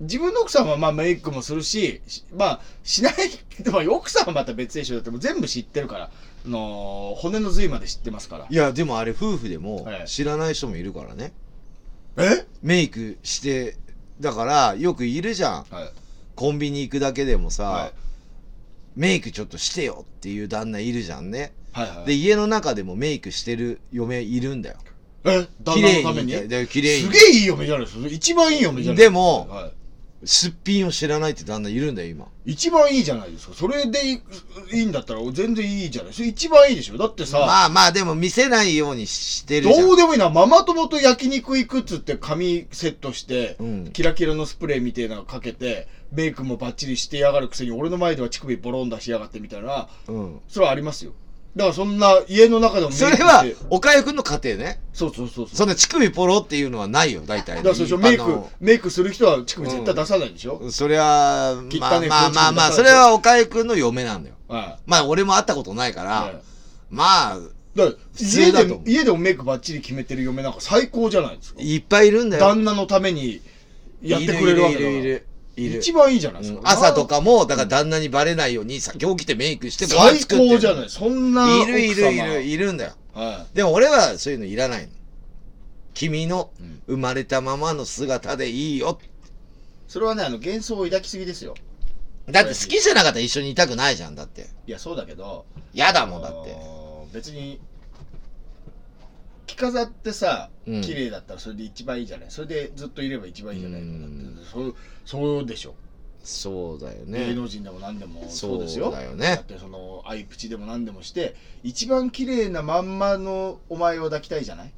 自分の奥さんはまあメイクもするし、まあしない、でも奥さんはまた別でしょ。だってもう全部知ってるから、骨の髄まで知ってますから。 いや、でもあれ夫婦でもはい知らない人もいるからね。 え？ メイクして、だからよくいるじゃん。 はい。 コンビニ行くだけでもさ、 はい、 メイクちょっとしてよっていう旦那いるじゃんね。 はいはい。 で、家の中でもメイクしてる嫁いるんだよ。 旦那のために？ 綺麗に。 すげえいい嫁じゃないですか。一番いい嫁じゃないでも、 はい、 すっぴんを知らないって旦那いるんだよ、今。 一番いいじゃないですか。それでいいんだったら全然いいじゃない。それ一番いいでしょ。だってさ。 まあまあ、でも見せないようにしてるじゃん。 どうでもいいな。ママ友と焼肉行くっつって髪セットして、 うん、 キラキラのスプレーみたいなのかけて、メイクもバッチリしてやがるくせに、俺の前では乳首ボロン出しやがってみたいな。 うん。 それはありますよ。だからそんな家の中でもメイクして。 それは、岡谷くんの家庭ね。 そう。 そんな乳首ポロっていうのはないよ、大体。 だからそうでしょ、メイクする人は乳首絶対出さないでしょ、 それは、まあ、それは岡谷くんの嫁なんだよ。まあ、俺も会ったことないから、まあ、 だから家でもメイクバッチリ決めてる嫁なんか最高じゃないですか。 いっぱいいるんだよ。 旦那のためにやってくれるわけだから。いる。一番いいじゃないですか。 朝とかも、だから旦那にバレないように先起きてメイクしてご飯作ってる。最高じゃない。そんな奥様。 いるんだよ。はい。でも俺はそういうのいらないの。君の生まれたままの姿でいいよ。 それはね、幻想を抱きすぎですよ。 だって好きじゃなかったら一緒にいたくないじゃん、だって。 いや、そうだけど。 嫌だもん、だって。 別に、着飾ってさ、綺麗だったらそれで一番いいじゃない。それでずっといれば一番いいじゃない。そうでしょ。 そうだよね。 芸能人でも何でもそうですよ。 そうだよね。 だってアイプチでも何でもして、一番綺麗なまんまのお前を抱きたいじゃない。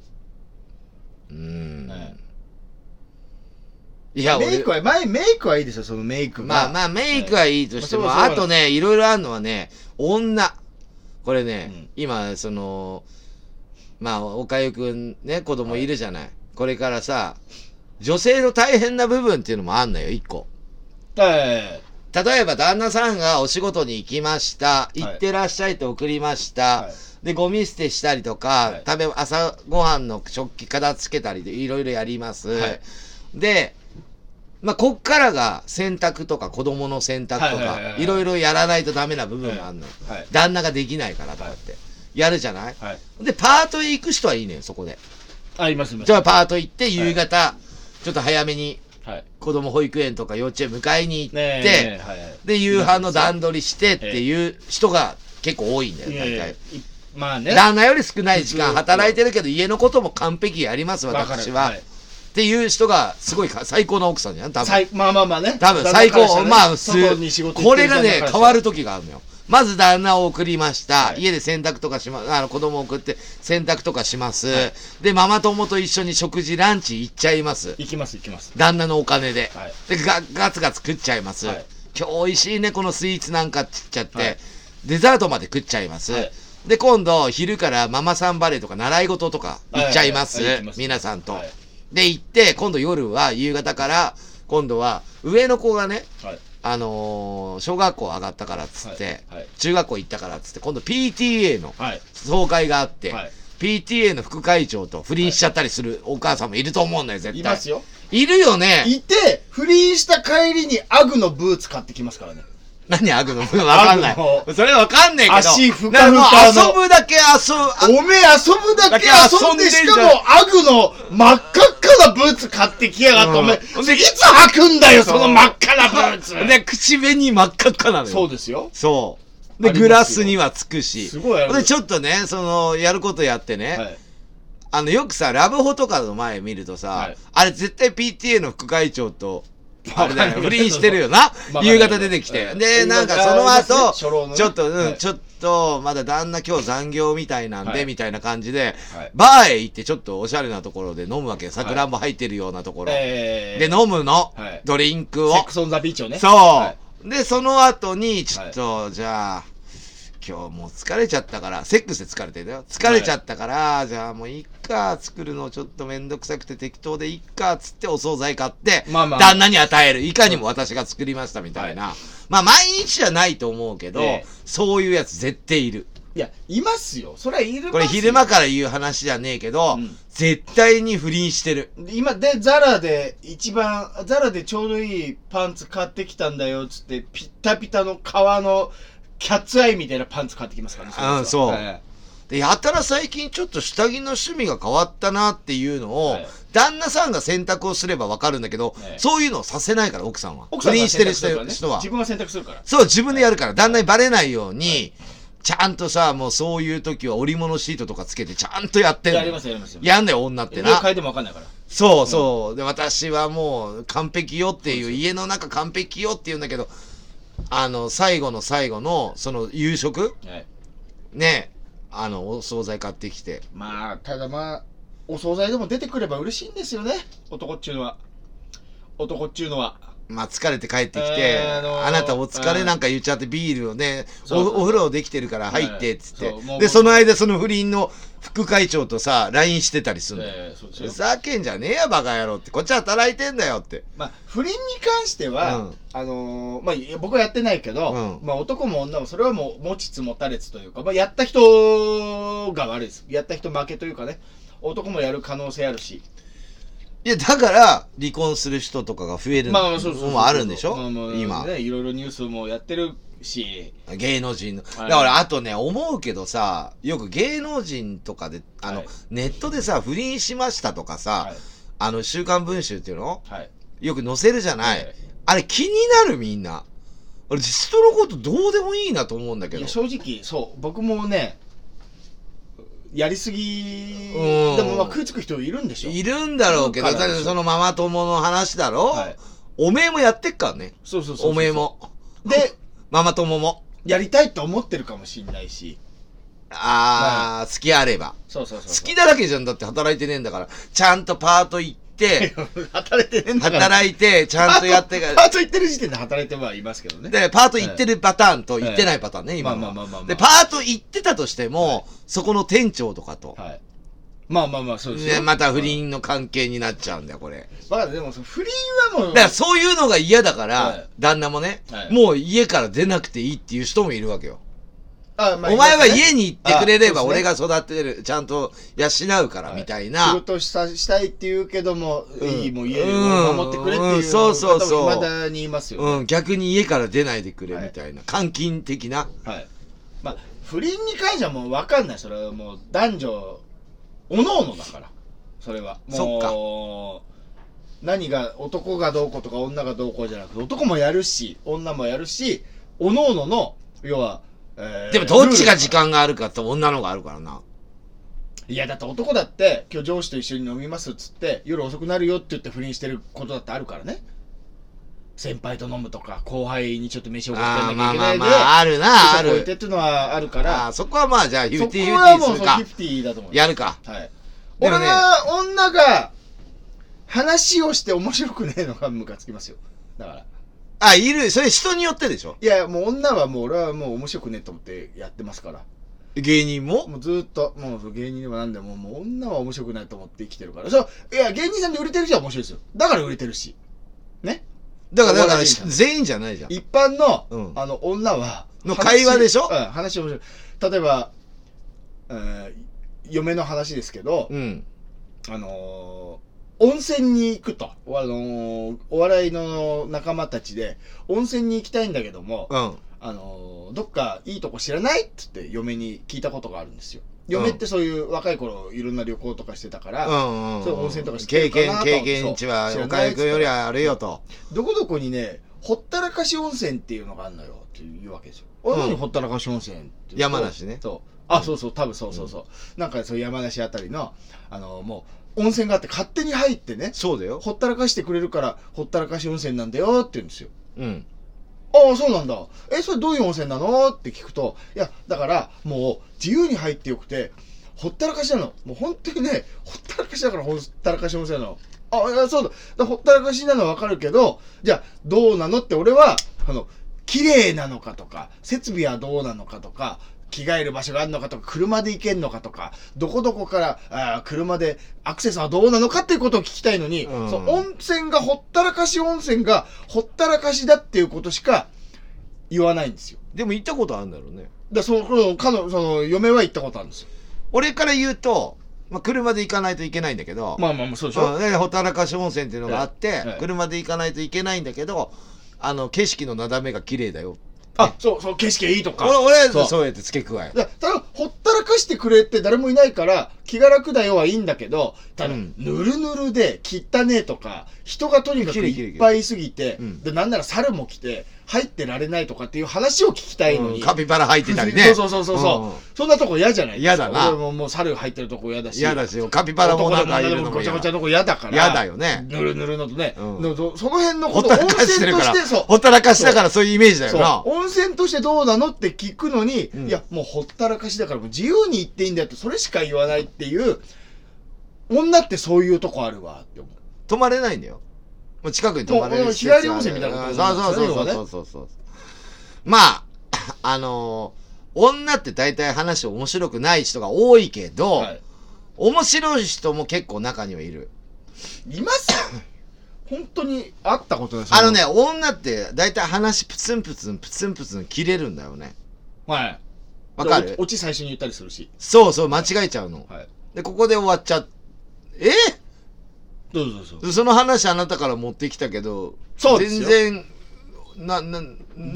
いや、メイクはいいですよ、そのメイクが。 まあ、メイクはいいとしても、あとね、いろいろあるのはね、女。これね、今、まあ、おかゆくんね、子供いるじゃない。これからさ、女性の大変な部分っていうのもあんのよ、一個。例えば、旦那さんがお仕事に行きました。行ってらっしゃいって送りました。で、ゴミ捨てしたりとか、朝ごはんの食器片付けたりでいろいろやります。で、まあ、こっからが洗濯とか子供の洗濯とか、いろいろやらないとダメな部分があるの。旦那ができないからとかって。やるじゃない、で、パートへ行く人はいいねよ、そこで。 います。 じゃあパート行って、夕方、ちょっと早めに、子供保育園とか幼稚園迎えに行って、で、夕飯の段取りしてっていう人が結構多いんだよ、大体。 まあね。 旦那より少ない時間働いてるけど、家のことも完璧やります、私は。っていう人が、すごい最高の奥さんじゃん、多分。 まあね。 多分最高、まあ、これがね、変わる時があるのよ。まず旦那を送りました。家で洗濯とかします。子供を送って洗濯とかします。で、ママ友と一緒に食事、ランチ行っちゃいます。 行きます。 旦那のお金で。で、ガツガツ食っちゃいます。今日美味しいね、このスイーツなんかって言っちゃって、デザートまで食っちゃいます。で、今度、昼からママさんバレーとか習い事とか行っちゃいます。皆さんと。で、行って、今度夜は、夕方から、今度は、上の子がね、小学校上がったからっつって、中学校行ったからっつって、今度 PTA の総会があって、PTA の副会長と不倫しちゃったりするお母さんもいると思うんだよ、絶対。 いますよ。 いるよね。 いて、不倫した帰りにアグのブーツ買ってきますからね。 何アグのブーツわかんない。それわかんねえけど。 足ふかふかの。 遊ぶだけおめえ遊ぶだけ遊んで、しかもアグの真っ赤っかなブーツ買ってきやがって、おめえ、いつ履くんだよ、その真っ赤なブーツ。 で、口紅真っ赤っかなのよ。 そうですよ。 そう。で、グラスにはつくし。 すごいで、ちょっとね、やることやってね。よくさ、ラブホとかの前見るとさ、あれ絶対 PTA の副会長と、あれだよ、不倫してるよな。夕方出てきて。で、なんかその後、ちょっと、まだ旦那今日残業みたいなんで、みたいな感じで、バーへ行ってちょっとおしゃれなところで飲むわけ。さくらんぼ入ってるようなところ。で、飲むの。ドリンクを。 セックスオンザビーチをね。 そう。で、その後に、ちょっと、じゃあ、今日もう疲れちゃったから、セックスで疲れてるよ。疲れちゃったから、じゃあもういっか、作るのちょっとめんどくさくて適当でいっか、つってお惣菜買って、旦那に与える。いかにも私が作りましたみたいな。まあ毎日じゃないと思うけど、そういうやつ絶対いる。 いや、いますよ。それはいるますよ。 これ昼間から言う話じゃねえけど、絶対に不倫してる。 今、で、ザラでちょうどいいパンツ買ってきたんだよ、つって、ピッタピタの革のキャッツアイみたいなパンツ買ってきますからね。 そう。 はい、 で、やたら最近ちょっと下着の趣味が変わったなっていうのを、旦那さんが選択をすればわかるんだけど、そういうのをさせないから、奥さんは。不倫してる人は。 自分が選択するから。 そう、自分でやるから、旦那にバレないように、ちゃんとさ、もうそういう時は織物シートとかつけてちゃんとやってんの。 やりますよ。 やんだよ、女ってな。 変えてもわかんないから。 そうそう。で、私はもう完璧よっていう、家の中完璧よって言うんだけど、最後の最後の、その夕食、ね、お惣菜買ってきて。 まあ、ただまあ、お惣菜でも出てくれば嬉しいんですよね。男っちゅうのは。 まあ、疲れて帰ってきて、あなたお疲れなんか言っちゃってビールをね、お風呂できてるから入って、つって。で、その間その不倫の副会長とさ、LINE してたりするの。ふざけんじゃねえや、バカ野郎って。こっちは働いてんだよって。 まあ、不倫に関しては、まあ、僕はやってないけど、まあ、男も女もそれはもう持ちつ持たれつというか、まあ、やった人が悪いです。やった人負けというかね、男もやる可能性あるし。 いや、だから、離婚する人とかが増えるのもあるんでしょ今。 いろいろニュースもやってるし。 芸能人の。だから、あとね、思うけどさ、よく芸能人とかで、ネットでさ、不倫しましたとかさ、週刊文春っていうのよく載せるじゃない。あれ気になるみんな。俺、人のことどうでもいいなと思うんだけど。 いや、正直、そう。僕もね、やりすぎでもまあ食いつく人いるんでしょ。 いるんだろうけど、だってそのママ友の話だろ、おめえもやってっからね。 そうおめえも。 で、 ママ友も。 やりたいと思ってるかもしんないし。 好きあれば。 そう。 好きだらけじゃんだって働いてねえんだから。ちゃんとパート行って、 働いてねえんだから。 働いて、ちゃんとやってから。 パート行ってる時点で働いてはいますけどね。 で、パート行ってるパターンと行ってないパターンね、今は。で、パート行ってたとしても、そこの店長とかと。 まあ、そうですね。 また不倫の関係になっちゃうんだよ、これ。 でも、不倫はもう。 だからそういうのが嫌だから、旦那もね、もう家から出なくていいっていう人もいるわけよ。お前は家に行ってくれれば俺が育てる、ちゃんと養うからみたいな。 仕事したいって言うけども、もう家を守ってくれっていう方も未だにいますよ。 逆に家から出ないでくれみたいな。監禁的な。 まあ、不倫に関してはもう分かんない。それはもう男女、おのおのだから。それは。もう、何が、男がどうこうとか女がどうこうじゃなくて、男もやるし、女もやるし、おのおのの、要は、 でもどっちが時間があるかって女の方があるからな。 いやだって男だって今日上司と一緒に飲みますっつって夜遅くなるよって言って不倫してることだってあるからね。先輩と飲むとか後輩にちょっと飯をおごってやんなきゃいけないで、 あるな、ある。 っていうのはあるから。 そこはまあじゃあ 50-50するか。そこはもう50-50だと思う。 やるか。 俺は女が話をして面白くねえのがムカつきますよ。だから。 いる。それ人によってでしょ。 いや、もう女はもう俺はもう面白くねえと思ってやってますから。 芸人ももうずっと、もう芸人でもなんでも、もう女は面白くないと思って生きてるから。いや、芸人さんで売れてる人は面白いですよ。だから売れてるし。ね。 だから全員じゃないじゃん。 一般の、女は、 の会話でしょ話面白い。例えば、嫁の話ですけど、温泉に行くと。お笑いの仲間たちで、温泉に行きたいんだけども、どっかいいとこ知らないって言って嫁に聞いたことがあるんですよ。嫁ってそういう若い頃いろんな旅行とかしてたから、そういう温泉とか知ってるかなと。 経験値は岡井くんよりはあるよと。 どこどこにね、ほったらかし温泉っていうのがあるのよっていうわけですよ。何ほったらかし温泉って。 山梨ね。 そう。そう、多分そう。なんかそういう山梨あたりの、もう、温泉があって勝手に入ってね。 そうだよ。 ほったらかしてくれるから、ほったらかし温泉なんだよって言うんですよ。そうなんだ。それどういう温泉なのって聞くと、いや、だから、もう、自由に入ってよくて、ほったらかしなの。もう本当にね、ほったらかしだからほったらかし温泉なの。いや、そうだ。ほったらかしなのはわかるけど、じゃあ、どうなのって俺は、綺麗なのかとか、設備はどうなのかとか、着替える場所があるのかとか、車で行けんのかとか、どこどこから車でアクセスはどうなのかっていうことを聞きたいのに、温泉がほったらかし温泉がほったらかしだっていうことしか言わないんですよ。 でも行ったことあるんだろうね。 その嫁は行ったことあるんですよ。 俺から言うと、まあ、車で行かないといけないんだけど、 まあそうでしょ。 ほったらかし温泉っていうのがあって、 ええ車で行かないといけないんだけど、景色の眺めが綺麗だよ。 そう景色がいいとか。 俺そうやって付け加え。 ただほったらかしてくれって誰もいないから気が楽だよはいいんだけど、ただ、ぬるぬるで汚ねえとか人がとにかくいっぱいいすぎて、でなんなら猿も来て入ってられないとかっていう話を聞きたいのに、 カピバラ入ってたりね。 そう、そんなとこ嫌じゃない嫌だな。 俺もう猿入ってるとこ嫌だし、 カピバラもなんかいるのもごちゃごちゃのとこ嫌だから、 嫌だよね。 ぬるぬるのとね、その辺のことほったらかしてるから、ほったらかしだからそういうイメージだよな。 温泉としてどうなのって聞くのに、いやもうほったらかしだからもう自由に言っていいんだよってそれしか言わないっていう、女ってそういうとこあるわって思う。 泊まれないんだよ。もう近くに泊まれる日帰り温泉みたいなこと。 そう。まあ、女って大体話面白くない人が多いけど、面白い人も結構中にはいる。 いますよ。本当にあったことですよ。女って大体話プツンプツン切れるんだよね。 はい。 わかる？ オチ最初に言ったりするし。 そう、間違えちゃうの。で、ここで終わっちゃう。 どうぞ。 その話あなたから持ってきたけど、全然、なんだ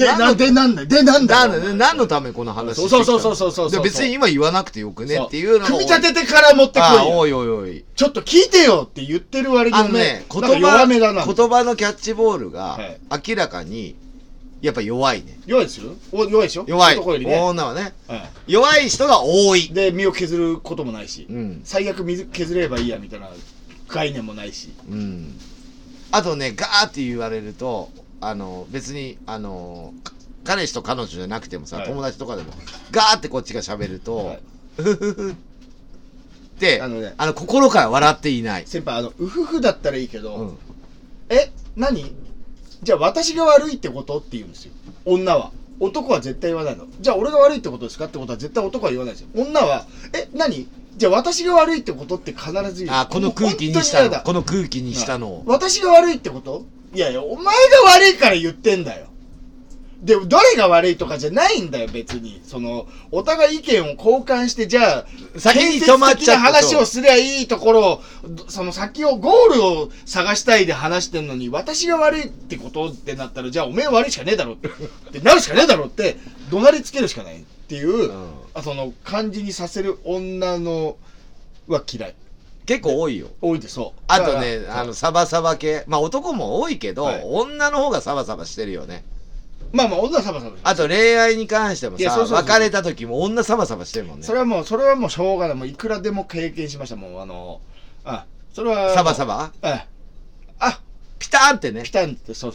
何のためこの話してきたの？そう。別に今言わなくてよくねっていうのを。 組み立ててから持ってこいよ。 おい。 ちょっと聞いてよって言ってる割に言葉のキャッチボールが明らかに、やっぱ弱いね。 弱いですよ。弱いでしょ？ 弱い。女はね。弱い人が多い。 で、身を削ることもないし、最悪水削ればいいやみたいな概念もないし。 あとね、ガーって言われると、別に、彼氏と彼女じゃなくてもさ、友達とかでも、ガーってこっちが喋ると、うふふって、心から笑っていない。 先輩、うふふだったらいいけど、何？じゃあ私が悪いってことって言うんですよ。女は。男は絶対言わないの。じゃあ俺が悪いってことですかってことは絶対男は言わないですよ。女は、何？じゃあ私が悪いってことって必ず言う。 この空気にしたの。 私が悪いってこと？いや、お前が悪いから言ってんだよ。でも、誰が悪いとかじゃないんだよ、別に。お互い意見を交換して、じゃあ、 先に止まっちゃった。 話をすりゃいいところを、先を、ゴールを探したいで話してんのに、私が悪いってことってなったら、じゃあお前悪いしかねえだろってなるしかねえだろって、怒鳴りつけるしかないっていう、感じにさせる女のは嫌い。 結構多いよ。 多いで、そう。 あとね、サバサバ系。まあ男も多いけど、女の方がサバサバしてるよね。 まあ女はサバサバ。 あと恋愛に関してもさ、別れた時も女サバサバしてるもんね。 それはもうしょうがない。もういくらでも経験しました。もうそれは。 サバサバ？ピターンってね。 ピターンって、そう。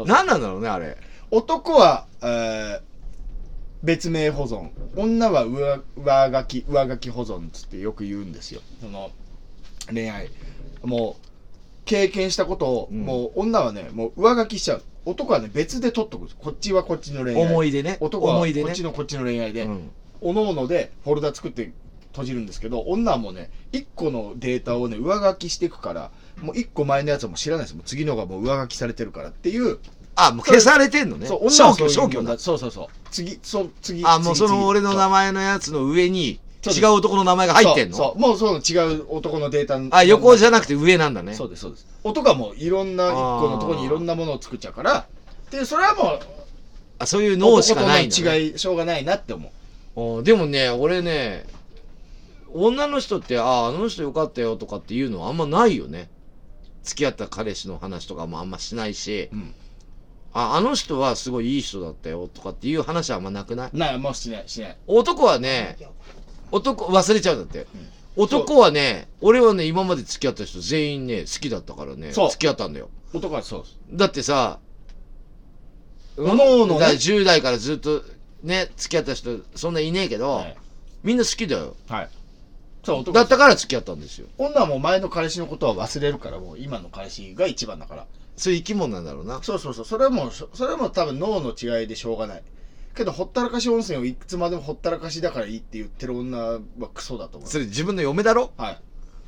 何なんだろうね、あれ。 男は、別名保存。女は上書き保存つってよく言うんですよ。恋愛。もう、経験したことを、もう女はね、もう上書きしちゃう。男はね、別で取っとくんです。こっちはこっちの恋愛。 思い出ね。 男はこっちの恋愛で、おのおのでフォルダ作って閉じるんですけど、女はもうね、1個のデータをね、上書きしていくから、もう1個前のやつはもう知らないです。もう次のがもう上書きされてるからっていう。 もう消されてんのね。 そう、 消去だ。 そう。次。 もうその俺の名前のやつの上に、違う男の名前が入ってんの？ そう。もう違う男のデータ。 横じゃなくて上なんだね。 そうです。男はもういろんな、一個のところにいろんなものを作っちゃうから、で、それはもう、 そういう脳しかないんだね。 男との違い、しょうがないなって思う。でもね、俺ね、女の人って、あの人よかったよとかっていうのはあんまないよね。付き合った彼氏の話とかもあんましないし、あの人はすごいいい人だったよとかっていう話はあんまなくない？ もうしない。 男はね、忘れちゃうんだって。男はね、俺はね、今まで付き合った人全員ね、好きだったからね、付き合ったんだよ。 男はそうです。 だってさ、10代からずっとね、付き合った人そんないねえけど、みんな好きだよ。だったから付き合ったんですよ。 女はもう前の彼氏のことは忘れるから、もう今の彼氏が一番だから。 そういう生き物なんだろうな。 そう。それはもう多分脳の違いでしょうがない。けどほったらかし温泉をいくつまでもほったらかしだからいいって言ってる女はクソだと思う。 それ自分の嫁だろ？ はい。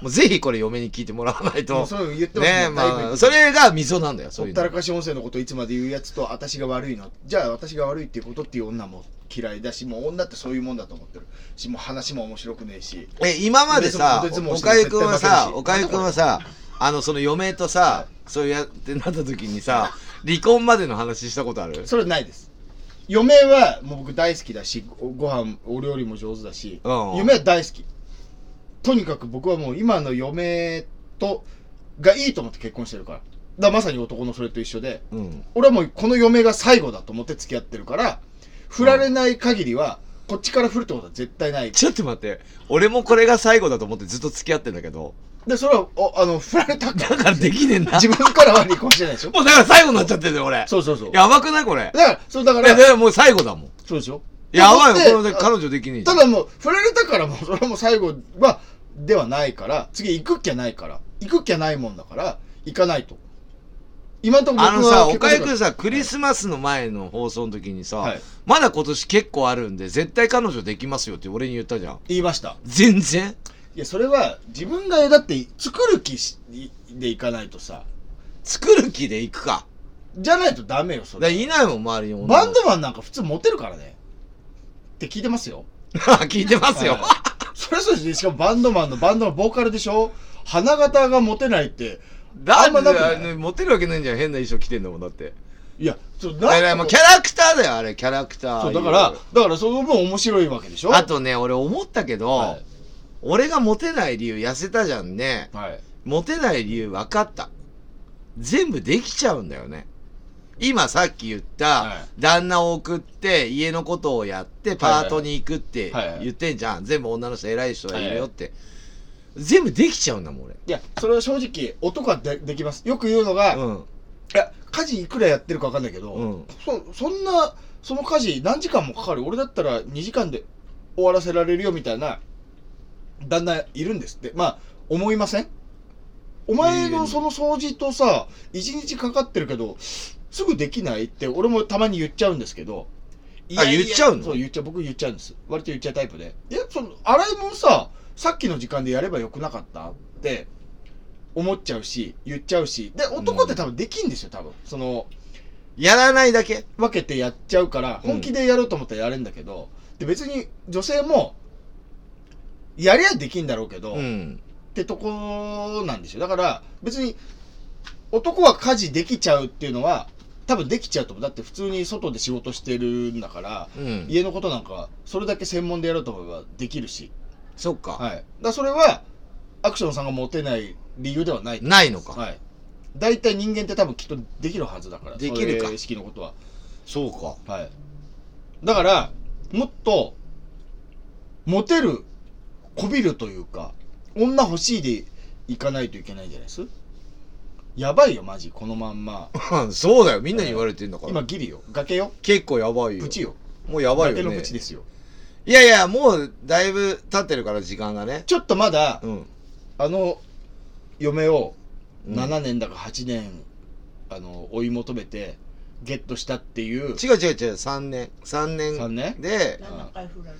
もうぜひこれ嫁に聞いてもらわないと。 もうそういうの言ってますもんね、 だいぶまあ、それが溝なんだよ、そういうの。 ほったらかし温泉のこといつまで言うやつと、私が悪いの。じゃあ私が悪いっていうことっていう女も嫌いだし、もう女ってそういうもんだと思ってるし、もう話も面白くねえし。 今までさ、 別も岡井くんはさ、 絶対負けるし岡井くんはさ、その嫁とさ、そうやってなった時にさ、離婚までの話したことある？ それないです。嫁はもう僕大好きだし、ご飯、お料理も上手だし、 うん嫁は大好き。とにかく僕はもう今の嫁と、がいいと思って結婚してるから。だからまさに男のそれと一緒で、 うん。 俺はもうこの嫁が最後だと思って付き合ってるから、振られない限りは、こっちから振るってことは絶対ない。 ちょっと待って、俺もこれが最後だと思ってずっと付き合ってんだけど、 で、それは、振られたから。 だからできねえんだ。 自分からは離婚してないでしょ。 もうだから最後になっちゃってんだよ、俺。 そうそうそう。 やばくないこれ。 だから、そうだかいや、 ら、 だからもう最後だもん。 そうでしょ。 やばいよ、 でこれで彼女できねえじゃん。 ただもう、振られたからもう、それはもう最後は、ではないから、次行くっきゃないから、行くっきゃないもんだから、行かないと。今のところ僕は岡井くんさ、 はいクリスマスの前の放送の時にさ、 はいまだ今年結構あるんで、絶対彼女できますよって俺に言ったじゃん。 言いました。 全然いや、それは、自分が、だって、作る気で行かないとさ、 作る気で行くか。 じゃないとダメよ、それ。 だからいないもん、周りに女の子。 バンドマンなんか普通モテるからね。って聞いてますよ。 聞いてますよ。 はいそれそうですね。しかもバンドマンのボーカルでしょ。花形がモテないって、 だってあんまなくないモテるわけないんじゃん。変な衣装着てんだもん、だって。 いや、そう、 だからもうキャラクターだよ、あれ、キャラクター。 そう、だからその分面白いわけでしょ。 あとね、俺思ったけど、 はい俺がモテない理由痩せたじゃんね。 はい。 モテない理由分かった。全部できちゃうんだよね。今さっき言った、 はい旦那を送って家のことをやってパートに行くってはいはい言ってんじゃん。全部女の人偉い人がいるよって。全部できちゃうんだもん俺。 いや、それは正直、男はできます。よく言うのが、いうん。 や、家事いくらやってるか分かんないけど、 うんそんな、その家事何時間もかかる。俺だったら2時間で終わらせられるよみたいな旦那いるんですって。まあ、思いません？お前のその掃除とさ、1日かかってるけど、すぐできないって俺もたまに言っちゃうんですけど。 あ言っちゃうのそう、僕言っちゃうんです。割と言っちゃうタイプで。いや、洗い物さ、さっきの時間でやればよくなかったって思っちゃうし、言っちゃうし。で、男って多分できんですよ、多分。 やらないだけ。 分けてやっちゃうから、本気でやろうと思ったらやれんだけど、で、別に女性も、やりゃできんだろうけど、 うん。 ってとこなんですよ。だから、別に、男は家事できちゃうっていうのは、多分できちゃうと思う。だって普通に外で仕事してるんだから、 うん。 家のことなんか、それだけ専門でやろうと思えばできるし。 そっか。 はい。だからそれは、アクションさんがモテない理由ではない。 ないのか。 はい。大体人間って多分きっとできるはずだから。 できるかそれ式のことは。 そうか。 はい。だから、もっと、モテる、こびるというか、女欲しいでいかないといけないんじゃないですやばいよ、マジ、このまんま。 そうだよ。みんなに言われてんだから。 今、ギリよ。崖よ。 結構やばいよ。 プチよ。 もうやばいよね。 崖のプチですよ。 いやいや、もうだいぶ経ってるから時間がね。 ちょっとまだ、 うん。 嫁をうん 7年だか8年、追い求めて、ゲットしたっていう、 違う、3年。3 3 年年で、 7回振られる。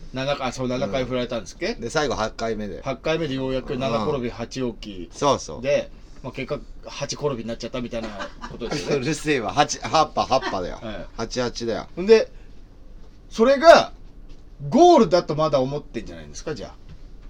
7回振られたんですっけ、 で、最後8回目で。 8回目でようやく7転び8起きそうそう。 で、まあ、結果8転びになっちゃったみたいなことですうよね。 るせえわ。8波だよ。 は 88だよ。 んで、それがゴールだとまだ思ってんじゃないですか、じゃあ。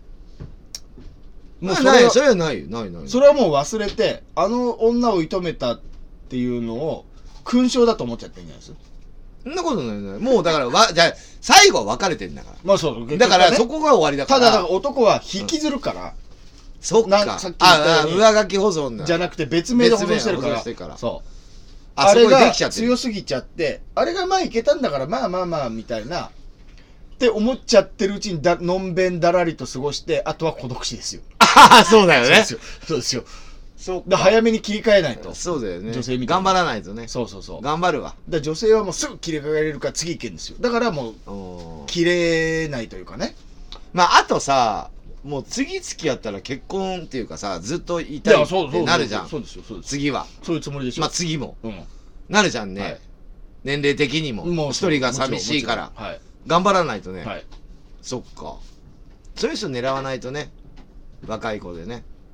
もうそれはない、それはないよ。ない。 それはもう忘れて、あの女を射止めたっていうのを勲章だと思っちゃってんじゃないですか。 そんなことないね。もうだから、じゃあ、最後は別れてんだから。 まあそう、 だから、 ねそこが終わりだかたら。 だだから男は引きずるから、 そっか。 さっき言ったように上書き保存だ。 じゃなくて別名で保存してるから。 別名保存してるからそう。 あそこであれができちゃってる。 強すぎちゃって、あれがまあいけたんだから、まあ、みたいな、って思っちゃってるうちにのんべんだらりと過ごして、あとは孤独死ですよ。 ああ、そうだよね。 そうですよ。 そうで早めに切り替えないと。 そうだよね。 女性みたいな頑張らないとね。 そう。だか頑張るわ。 ら女性はもうすぐ切り替えれるから次行けんですよ。だからもう、 おー切れないというかね。 まあ、あとさ、もう次付き合ったら結婚っていうかさ、ずっといたいってなるじゃん。 そうですよ、そうです。 次は。 そういうつもりでしょ。 まあ次も。 うん。 なるじゃんね。 はい年齢的にも。 もう一人が寂しいから。 もちろんはい。 頑張らないとね。 はい。 そっか。そういう人狙わないとね。若い子でね。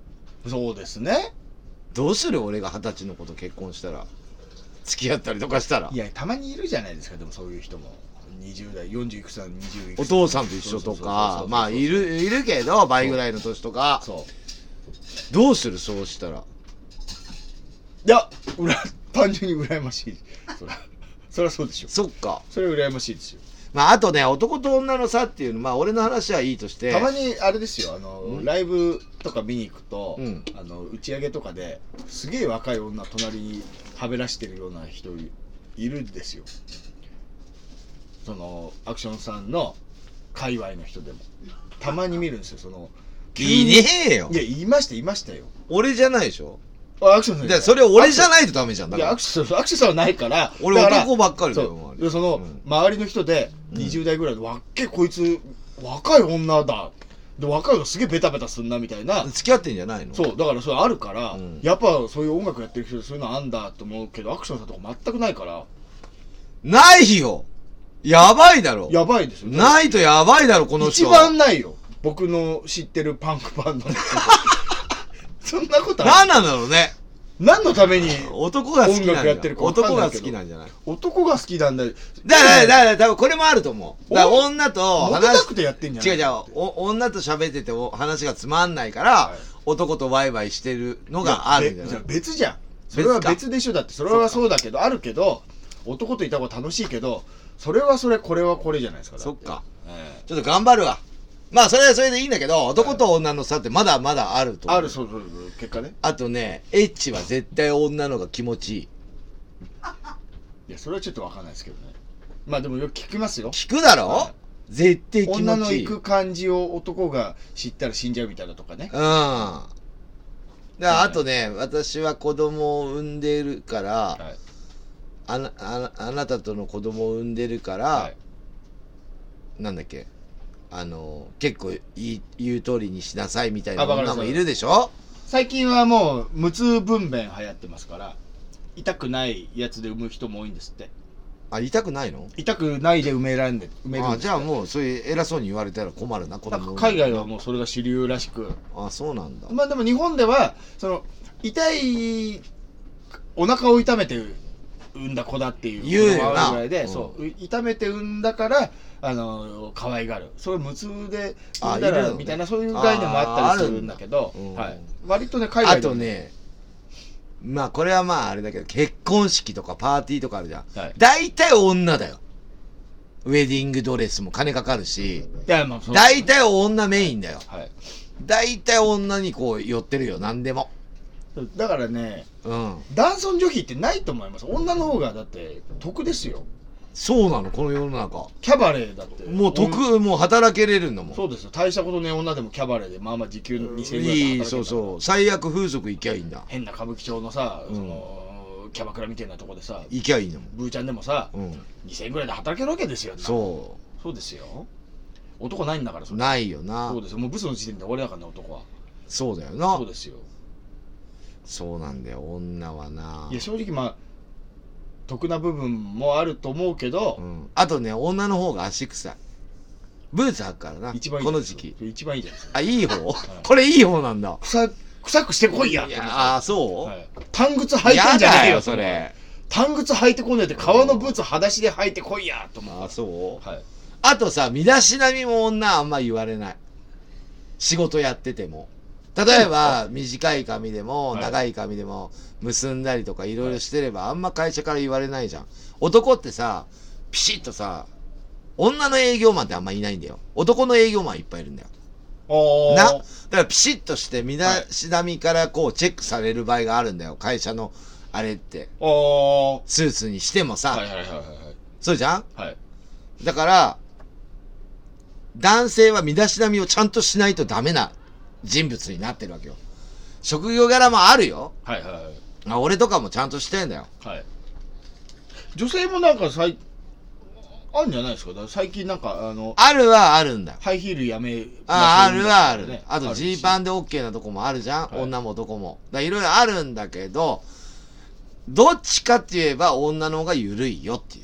そうですね。 どうする俺が20歳の子と結婚したら、付き合ったりとかしたら。 いやたまにいるじゃないですか。でもそういう人も20代40いくつだ20いくつお父さんと一緒とか、まあいるけど、倍ぐらいの年とか。 そうどうするそうしたら。 いや単純に羨ましい。そりゃそうでしょ。 そっか。 それは羨ましいですよ。 まああとね、男と女の差っていうの、まあ俺の話はいいとして。 たまにあれですよ、ライブとか見に行くと、 うん打ち上げとかですげえ若い女隣にはべらしてるような人いるんですよ。そのアクションさんの界隈の人でもたまに見るんですよ。 いねえよ。 いやいましたよ。 俺じゃないでしょ。 アクションさんでそれ俺じゃないとダメじゃん。だいからやアクションさんはないから。 俺男ばっかりだよ。 そうで周りの人で20代ぐらいのわっけこいつ若い女だ。で若いのすげえベタベタすんなみたいな。 付き合ってんじゃないの。 そうだからそれあるから、やっぱそういう音楽やってる人でそういうのあんだと思うけど、アクションさんとか全くないから。 ないよ。やばいだろ。 やばいですよ。 ないとやばいだろこの人。 一番ないよ。僕の知ってるパンクバンドの人。そんなことある。 何なんだろうね。 何のために男が好きなん音楽やってるか分かんないけど。 男が好きなんじゃない。 男が好きなんだよ。 だから多分これもあると思う。だから女とモテたくてやってんじゃない。 違う女と喋ってて話がつまんないから、男とワイワイしてるのがあるんじゃない。 別じゃん。それは別でしょ。だってそれはそうだけどあるけど、男といた方が楽しいけど、それはそれこれはこれじゃないですか。 そっか。ちょっと頑張るわ。まあそれはそれでいいんだけど、男と女の差ってまだまだあると思う。 ある。そう結果ね。 あとね、エッチは絶対女のが気持ちいい。 いやそれはちょっと分かんないですけどね。まあでもよく聞きますよ。 聞くだろ。絶対気持ちいい。 女の行く感じを男が知ったら死んじゃうみたいなとかね。 だからあとね、私は子供を産んでるから、あなたとの子供を産んでるから、なんだっけ、結構言う通りにしなさいみたいな女もいるでしょ。 最近はもう無痛分娩流行ってますから、痛くないやつで産む人も多いんですって。 あ、痛くないの？ 痛くないで埋めるんです。 あ、じゃあもうそういう偉そうに言われたら困るな。子供海外はもうそれが主流らしく。 あ、そうなんだ。 まあでも日本では痛いお腹を痛めて産んだ子だっていうのがあるぐらいで、そう痛めて産んだから可愛がる。それ無痛で産んだらみたいな、そういう概念もあったりするんだけど、割とね海外で。あとね、 まあこれはまああれだけど、結婚式とかパーティーとかあるじゃん。大体女だよ。ウェディングドレスも金かかるし、大体女メインだよ。大体女にこう寄ってるよ、何でも。 だからね、男尊女卑ってないと思います。女の方がだって得ですよ。 そうなの、この世の中。 キャバレーだってもうもう働けれるのも。 そうですよ。大したことね、女でもキャバレーでまあまあ時給2000円ぐらいで働ける。いい、 そう。最悪風俗行きゃいいんだ。 変な歌舞伎町のさ、キャバクラみたいなとこでさ、 行きゃいいのも。 ブーちゃんでもさ、2000円ぐらいで働けるわけですよ。そうですよ。男ないんだから。 ないよな。 そうですよ。もうブスの時点で終わりだからね、男は。 そうだよな。 そうですよ。 そうなんだよ、女はな。 いや正直まあ得な部分もあると思うけど、 あとね、女の方が足臭い。ブーツ履くからな。 一番いい。 この時期一番いいじゃないですか。 あ、いい方？これいい方なんだ。 臭くしてこいやって。 あ、そう？ タン靴履いてんじゃねえよそれ。 タン靴履いてこねえって、革のブーツ裸足で履いてこいやと思う。 あ、そう？あとさ、身だしなみも女あんま言われない。仕事やってても。例えば短い髪でも長い髪でも結んだりとかいろいろしてればあんま会社から言われないじゃん。男ってさ、ピシッとさ、女の営業マンってあんまいないんだよ。男の営業マンいっぱいいるんだよ。な。だからピシッとして身だしなみからこうチェックされる場合があるんだよ。会社のあれって。スーツにしてもさ。そうじゃん？だから男性は身だしなみをちゃんとしないとダメな人物になってるわけよ。職業柄もあるよ。俺とかもちゃんとしてんだよ。 女性もなんかあるんじゃないですか。最近なんかあるはあるんだ。 ハイヒールやめ。 あるはある。あとジーパンで OK なとこもあるじゃん。女も男も。いろいろあるんだけど、どっちかって言えば女の方が緩いよっていう。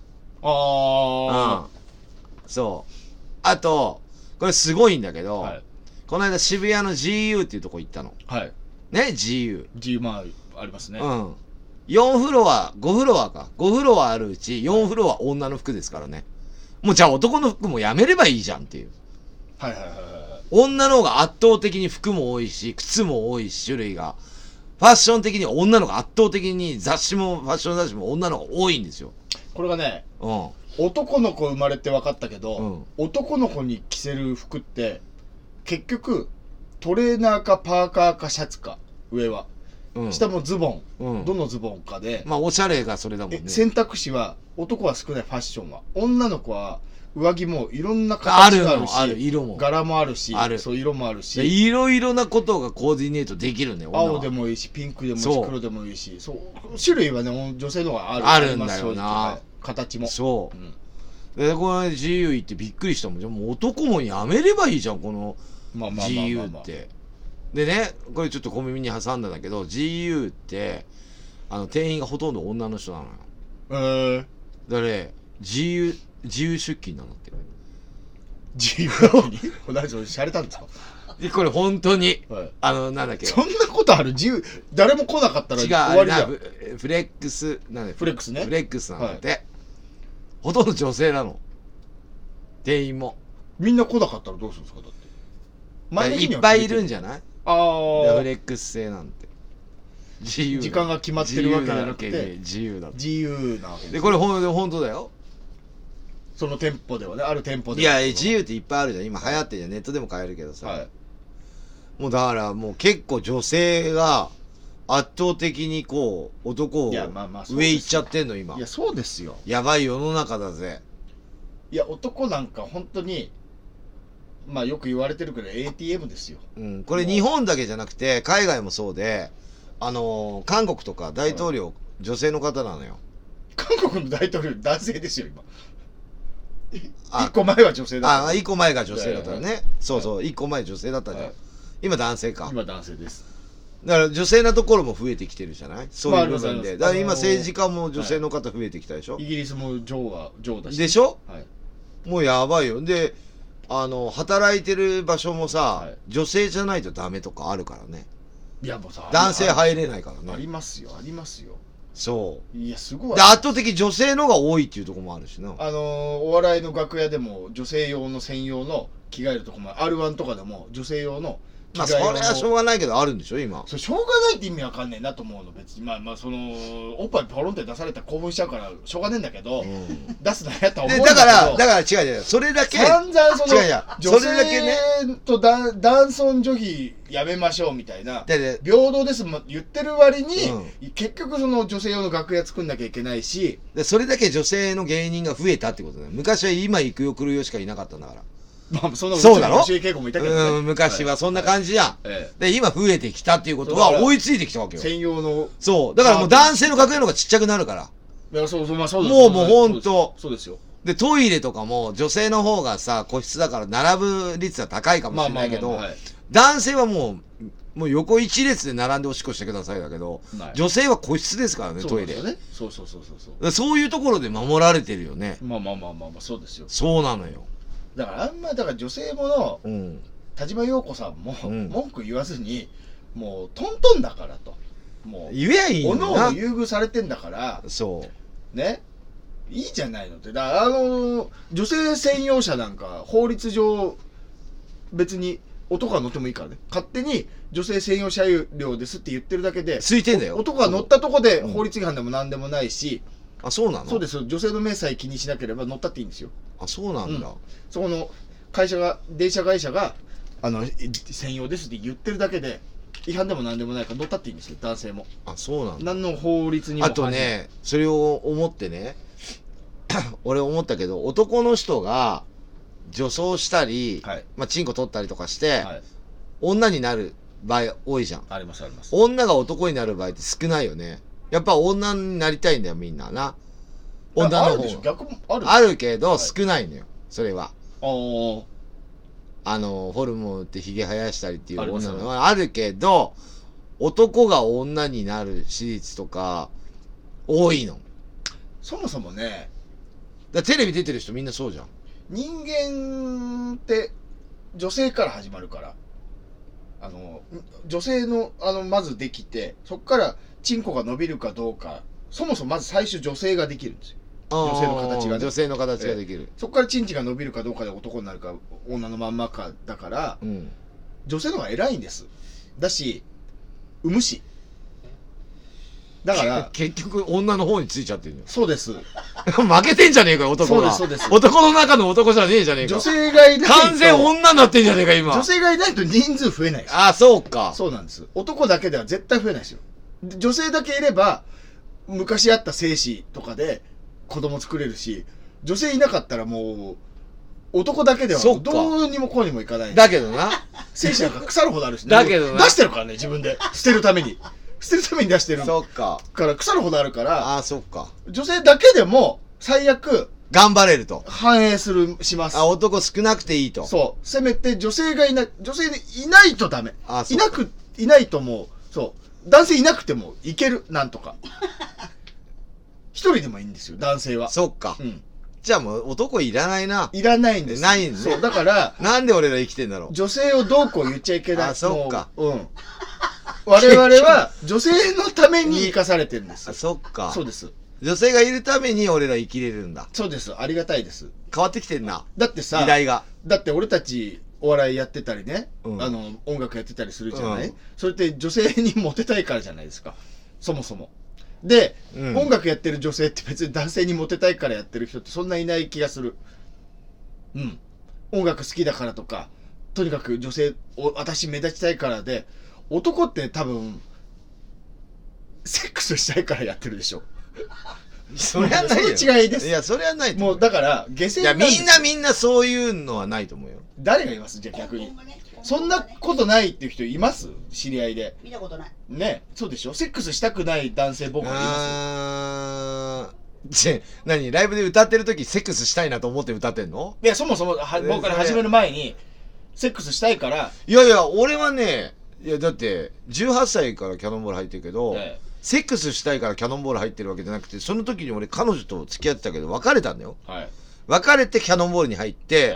そう。あとこれすごいんだけど。この間渋谷の GU っていうとこ行ったの。 ね、GU。 まあ、ありますね。 うん。4フロア、5フロアか。5フロアあるうち、4フロア女の服ですからね。もうじゃあ男の服もやめればいいじゃんっていう。 はいはいはいはい。 女の方が圧倒的に服も多いし、靴も多いし、種類が。ファッション的には女の子が圧倒的にファッション雑誌も女の子が多いんですよ。 これがね、 うん。 男の子生まれて分かったけど、 うん、 男の子に着せる服って結局トレーナーかパーカーかシャツか上は、うん、下もズボン、うん、どのズボンかで、 まあおしゃれがそれだもんね。 選択肢は男は少ない。ファッションは女の子は上着もいろんな形があるし、 ある色も柄もあるし、そう色もあるし、 いろいろなことがコーディネートできるね。 青でもいいし、ピンクでもいいし、黒でもいいし、そう種類はね女性の方があるんだよな。 形もそう。うんで、この GU 行ってびっくりしたもん。じゃもう男もやめればいいじゃん、この GU って。でね、これちょっと小耳に挟んだんだけど、GU って、店員がほとんど女の人なのよ。だね、自由出勤なのって。 自由出勤何それ、しゃれたんですか？ これ本当に、 はい、 なんだっけ。 そんなことある？自由、誰も来なかったら終わりじゃん。 フレックス、なんだっけ。 フレックスね。 フレックスなんだって。はい、ほとんど女性なの。店員も。 みんな来なかったらどうするんですか？だっていっぱいいるんじゃない？ フレックス制なんて自由、 時間が決まってるわけじゃなくて自由だ。 自由なわけで、これ本当だよ。 その店舗ではね、ある店舗でいや自由っていっぱいあるじゃん。今流行ってるじゃん。ネットでも買えるけどさ、はい、もうだからもう結構女性が圧倒的にこう男を上行っちゃってんの今。 いやそうですよ。 やばい世の中だぜ。 いや男なんか本当にまあよく言われてるけど ATM ですよ。 うん、これ日本だけじゃなくて海外もそうで、韓国とか大統領、はい、女性の方なのよ。 韓国の大統領男性ですよ今。1個前は女性だった。 1個前が女性だったらね、はい、そうそう、1個前女性だったじゃん、はい、今男性か。 今男性です。だから女性なところも増えてきてるじゃない、そういう部分で。だから今政治家も女性の方増えてきたでしょ、 イギリスも女だしでしょ、はい、もうやばいよ。で働いてる場所もさ、はい、女性じゃないとダメとかあるからね。 いやもうさ、 男性入れないからね。 ありますよありますよ。 そう。 いやすごい。 で圧倒的女性のが多いっていうところもあるしな。 お笑いの楽屋でも女性用の専用の着替えるとこも R1 とかでも女性用のまあそれはしょうがないけどあるんでしょ今。 それしょうがないって意味わかんねえなと思うの別に。まあそのおっぱいポロンって出されたら興奮しちゃうからしょうがねえんだけど、出すなやったら思うんだけど。 だから違うそれだけ散々その女性と男尊女卑やめましょうみたいな平等ですも言ってる割に、結局その女性用の楽屋作んなきゃいけないし、 それだけ女性の芸人が増えたってことだよ。昔は今行くよ来るよしかいなかったんだから。 まあ、 そうだろ、 教え稽古もいたけどね、 昔はそんな感じじゃん、で今増えてきたっていうことは追いついてきたわけよ。 専用のそうだからもう男性の楽屋の方がちっちゃくなるから。 いやそうまあそうもうほんとそうですよ。 でトイレとかも女性の方がさ個室だから並ぶ率は高いかもしれないけど、男性はもう横一列で並んでおしっこしてくださいだけど、女性は個室ですからね、トイレ。そういうところで守られてるよね。 まあそうですよ。 そうなのよ。 だからだから女性もの、田島陽子さんも、文句言わずにもうトントンだからと、もう言えばいいのにな。 おのおの優遇されてんだから、 そうね、いいじゃないのって。だから女性専用車なんか法律上別に男が乗ってもいいからね、勝手に女性専用車両ですって言ってるだけで空いてんだよ。 男が乗ったとこで法律違反でもなんでもないし、 あ、そうなの？ そうですよ。女性の目さえ気にしなければ乗ったっていいんですよ。 あ、そうなんだ。 そこの会社が、電車会社が専用ですって言ってるだけで違反でもなんでもないから乗ったっていいんですよ、男性も。 あ、そうなんだ。 何の法律にも。 あとね、それを思ってね俺思ったけど、男の人が女装したり、まあチンコ取ったりとかして、女になる場合多いじゃん。 ありますあります。 女が男になる場合って少ないよね。やっぱ女になりたいんだよみんなな。女の方あるでしょ、逆もある。 あるけど少ないのよ、それは。 ホルモン打ってヒゲ生やしたりっていう女のはあるけど、男が女になる私立とか多いの。 そもそもね、 テレビ出てる人みんなそうじゃん。 人間って女性から始まるから。 女性のまずできて、そこからチンコが伸びるかどうか、そもそもまず最初女性ができるんですよ。女性の形がね。 女性の形ができる。 そこからチンチが伸びるかどうかで男になるか女のまんまかだから、女性の方が偉いんです。だし産むし、だから結局女の方についちゃってるの。 そうです。 負けてんじゃねえかよ、男が。 そうです。 男の中の男じゃねえじゃねえか。 女性がいないと完全女になってんじゃねえか今。 女性がいないと人数増えないです。 あ、そうか。 そうなんです。男だけでは絶対増えないですよ。女性だけいれば昔あった精子とかで子供作れるし、女性いなかったらもう男だけではどうにもこうにもいかない。 だけどな。 精子なんか腐るほどあるしね。 だけどな。 出してるからね、自分で。捨てるために出してる。 そっか。 から腐るほどあるから。 あ、そっか。 女性だけでも最悪頑張れると。 反映します。 あ、男少なくていいと。 そう。せめて女性でいないとダメ。 あ、 そう。いないともう、そう。男性いなくてもいける、なんとか。一人でもいいんですよ、男性は。 そっか。じゃあもう男いらないな。 いらないんです。 ないんですね。 そう、だから、 なんで俺ら生きてんだろう。 女性をどうこう言っちゃいけない。 あ、そっか。 我々は女性のために生かされてるんです。 あ、そっか。 そうです。 女性がいるために俺ら生きれるんだ。 そうです。ありがたいです。 変わってきてんな。 だってさ、 時代が。 だって俺たちお笑いやってたりね、音楽やってたりするじゃない、それって女性にモテたいからじゃないですか。そもそも。で、音楽やってる女性って別に男性にモテたいからやってる人ってそんないない気がする。音楽好きだからとか、とにかく女性私目立ちたいからで、男って多分セックスしたいからやってるでしょ。 それはないよ。 その違いです。 いや、それはないともうだから下世いや、みんなそういうのはないと思うよ。 誰がいます？じゃあ逆に。そんなことないっていう人います？知り合いで。 見たことない。 ね、そうでしょ。セックスしたくない男性僕はいます。何ライブで歌ってる時セックスしたいなと思って歌ってんの？ いや、そもそもボーカル始める前にセックスしたいから。 いやいや、俺はね、いやだって18歳からキャノンボール入ってるけど、セックスしたいからキャノンボール入ってるわけじゃなくて、その時に俺彼女と付き合ってたけど別れたんだよ。別れてキャノンボールに入って、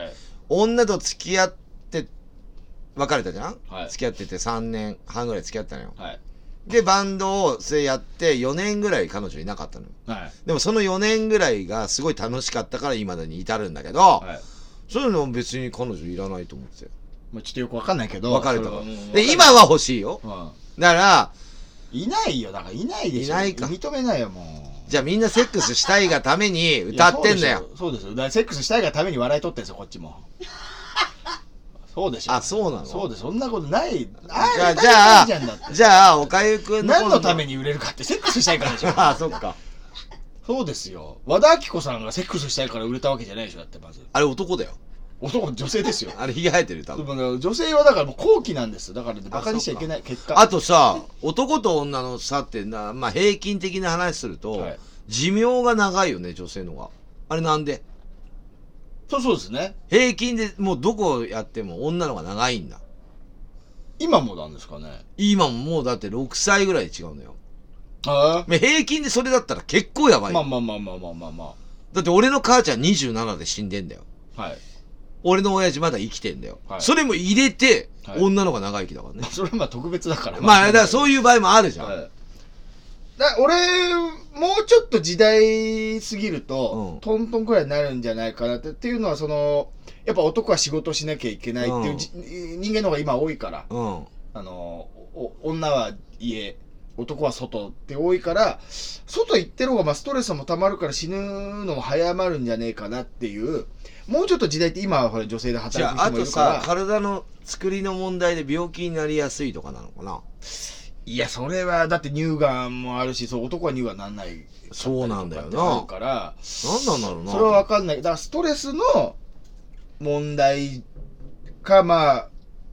女と付き合って別れたじゃん、付き合ってて3年半ぐらい付き合ったのよ。でバンドをやって4年ぐらい彼女いなかったのよ。でもその4年ぐらいがすごい楽しかったから今だに至るんだけど、そういうのも別に彼女いらないと思ってたよ。 ちょっとよくわかんないけど別れたから。で今は欲しいよ。だからいないよ。だからいないでしょ。いないか。認めないよ、もう。 じゃあみんなセックスしたいがために歌ってんだよ。 そうですよ。だからセックスしたいがために笑い取ってんですよ、こっちも。そうでしょ。 あ、そうなの？ そうです。そんなことない。 じゃあ、おかゆくんの何のために売れるかってセックスしたいからでしょ。 あ、そっか。 そうですよ。和田アキ子さんがセックスしたいから売れたわけじゃないでしょ、だってまず。 あれ男だよ。 女性ですよ。 あれひげ生えてる多分。 女性はだからもう後期なんです。だからバカにしちゃいけない結果。 あとさ、男と女の差ってまあ平均的な話すると、寿命が長いよね、女性のが。あれなんで？ そうですね。 平均でもうどこやっても女のが長いんだ。 今もなんですかね。 今ももうだって6歳ぐらい違うのよ。平均でそれだったら結構やばい。 まあ。 だって俺の母ちゃん27で死んでんだよ。俺の親父まだ生きてんだよ。それも入れて、女のが長生きだからね。 それはまあ特別だから。 まあ、だからそういう場合もあるじゃん。 俺、もうちょっと時代過ぎると、トントンくらいになるんじゃないかなっていうのは、やっぱ男は仕事しなきゃいけないっていう人間の方が今多いから、女は家、男は外って多いから、外行ってる方がストレスも溜まるから死ぬのも早まるんじゃねえかなっていう、もうちょっと時代って今はほら女性で働く人もいるから。 あとさ、体の作りの問題で病気になりやすいとかなのかな。 いや、それはだって乳がんもあるし、男は乳がんなんない。 そうなんだよな。 から、 なんなんだろうな。 それはわかんない。だからストレスの問題か、まあ、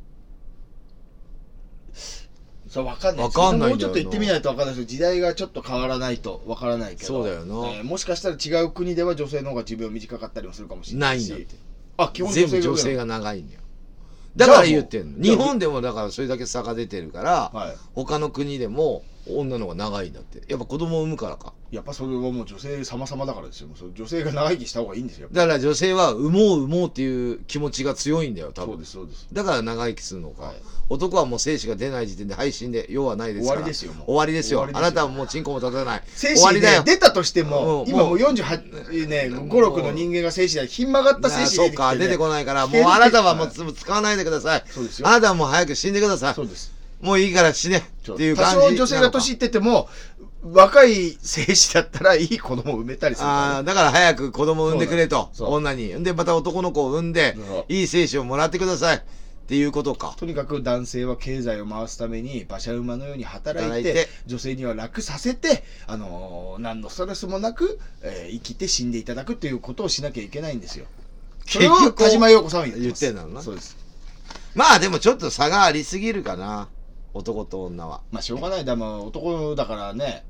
そうわかんない。 わかんないんだよな。 もうちょっと言ってみないとわかんないですけど、時代がちょっと変わらないとわからないけど。 そうだよな。 もしかしたら違う国では女性の方が寿命短かったりもするかもしれないし。 ないんだって。 あ、基本全部女性が長いんだよ。だから言ってんの。日本でもだからそれだけ差が出てるから、他の国でも女の方が長いんだって。やっぱ子供を産むからか。 やっぱそれはもう女性様々だからですよ。もうそれ女性が長生きした方がいいんですよ。 だから女性は産もうっていう気持ちが強いんだよ、多分。 そうです、そうです。 だから長生きするのか。 はい、 男はもう精子が出ない時点で配信で用はないですから。 終わりですよ、もう。 終わりですよ。あなたはもうチンコも立たない。 精子で出たとしても、今もう48ね、5、6の人間が精子で、ひん曲がった精子そうか、出てこないから、もうあなたはもう使わないでください。 そうですよ。 あなたはもう早く死んでください。 そうです。 もういいから死ねっていう感じ。 多少女性が年いってても、若い精子だったらいい子供を産めたりするから、ね。 ああ、だから早く子供を産んでくれと。女に。で、また男の子を産んで、いい精子をもらってください。っていうことか。 とにかく男性は経済を回すために馬車馬のように働いて、女性には楽させて、何のストレスもなく、生きて死んでいただくっていうことをしなきゃいけないんですよ。それを田島陽子さんは言ってんだろうな。そうです。 まあでもちょっと差がありすぎるかな。男と女は。 まあしょうがない。だも男だからね、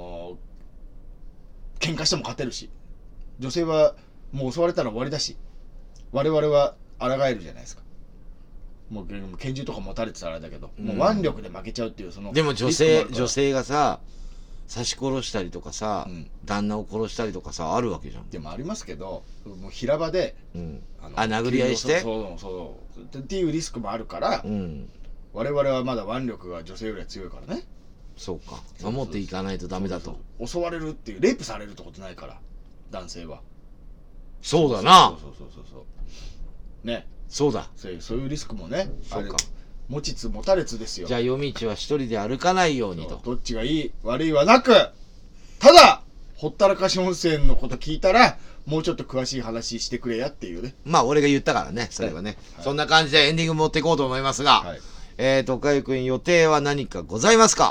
喧嘩しても勝てるし、女性はもう襲われたら終わりだし、我々は抗えるじゃないですか。もう拳銃とか持たれてたらあれだけど、もう腕力で負けちゃうっていうその。 でも女性がさ、刺し殺したりとかさ、旦那を殺したりとかさ、あるわけじゃん。 でもありますけど、もう平場で、 殴り合いして、 そうっていうリスクもあるから、我々はまだ腕力が女性よりは強いからね。 そうか、守っていかないとダメだと。 襲われるっていう、レイプされるってことないから、男性は。 そうだな。 そうね。 そうだ。 そういうリスクもね、 そうか。 持ちつ持たれつですよ。 じゃあ夜道は一人で歩かないようにと。 どっちがいい悪いはなく、ただほったらかし温泉のこと聞いたらもうちょっと詳しい話してくれやっていうね。 まあ俺が言ったからね、それはね、そんな感じでエンディング持っていこうと思いますが、岡井くん予定は何かございますか？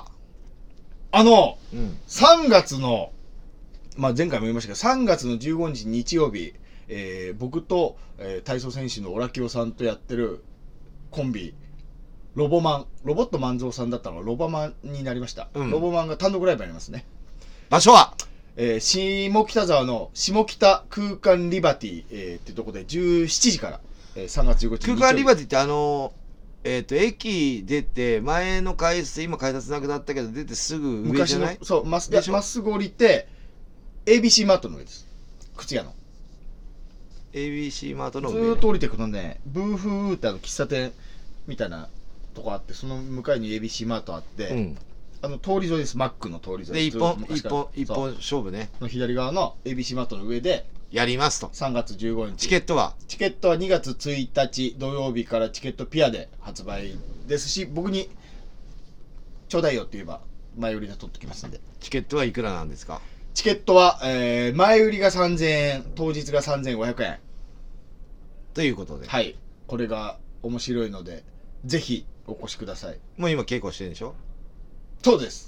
3月のまあ前回も言いましたけど、3月の15日日曜日、僕と、体操選手のオラキオさんとやってるコンビロボット万蔵さんだったのがロボマンになりました、ロボマンが単独ライブやりますね。 場所は、 下北沢の下北空間リバティ、っていうところで17時から、3月15日空間リバティって駅出て前の改札、今改札なくなったけど出てすぐ上じゃない？ そう、まっすぐ降りて ABC マートの上です。靴屋の ABC マートの上ずーっと降りてくのね、ブーフーって喫茶店みたいなとこあって、その向かいに ABC マートあって、通り沿いです。マックの通り沿いで一本勝負ねの左側の ABC マートの上でやりますと。 3月15日。 チケットは 2月1日土曜日からチケットピアで発売ですし、僕にちょうだいよって言えば前売りで取ってきますんで。 チケットはいくらなんですか？ チケットは、前売りが3000円、当日が3500円ということで、 はい、これが面白いのでぜひお越しください。 もう今稽古してるんでしょ？ そうです。